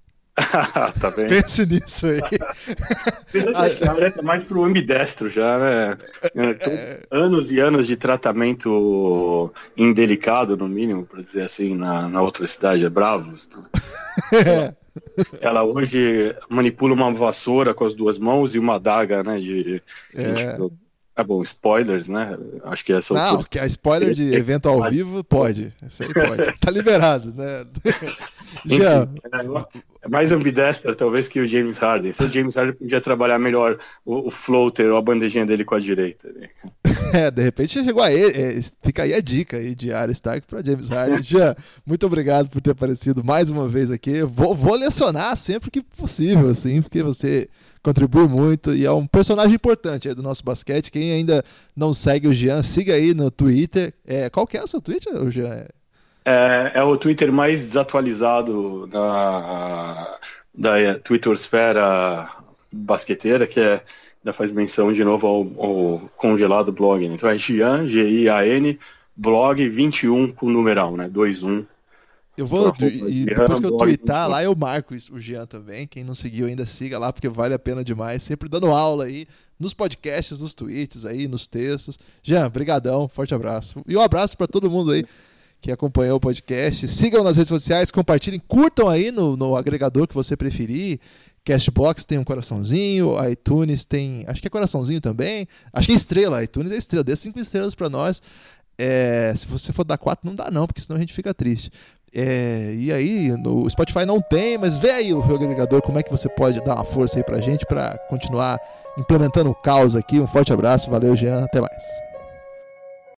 Tá bem. Pense nisso aí. Acho que a área tá mais pro ambidestro já, né? É... Anos e anos de tratamento indelicado, no mínimo, para dizer assim, na, na outra cidade, é Bravos. Ela, ela hoje manipula uma vassoura com as duas mãos e uma adaga, né? De, é. Tipo, é bom, spoilers, né? Acho que essa Não, altura... que a spoiler de evento ao vivo pode. Isso aí pode. Tá liberado, né? Já. É mais ambidestro, talvez, que o James Harden. Se o James Harden podia trabalhar melhor o, o floater ou a bandejinha dele com a direita. É, de repente chegou a ele. É, fica aí a dica aí de Arya Stark para James Harden. Já, muito obrigado por ter aparecido mais uma vez aqui. Vou, vou lecionar sempre que possível, assim, porque você contribui muito e é um personagem importante aí do nosso basquete. Quem ainda não segue o Jean, siga aí no Twitter. É, qual que é o seu Twitter, Jean? É, é o Twitter mais desatualizado da, da Twittersfera basqueteira, que é, ainda faz menção de novo ao, ao congelado blog. Né? Então é Gian, G I A N, blog vinte e um com numeral, né? dois um. Eu vou, e depois que eu twittar lá, eu marco isso, o Jean também. Quem não seguiu ainda, siga lá, porque vale a pena demais. Sempre dando aula aí, nos podcasts, nos tweets aí, nos textos. Jean, brigadão, forte abraço. E um abraço para todo mundo aí que acompanhou o podcast. Sigam nas redes sociais, compartilhem, curtam aí no, no agregador que você preferir. Castbox tem um coraçãozinho, iTunes tem, acho que é coraçãozinho também. Acho que é estrela, iTunes é estrela, dê cinco estrelas para nós. É, se você for dar quatro, não dá não, porque senão a gente fica triste. É, e aí, no Spotify não tem, mas vê aí o agregador, como é que você pode dar uma força aí pra gente para continuar implementando o caos aqui. Um forte abraço, valeu, Jean, até mais.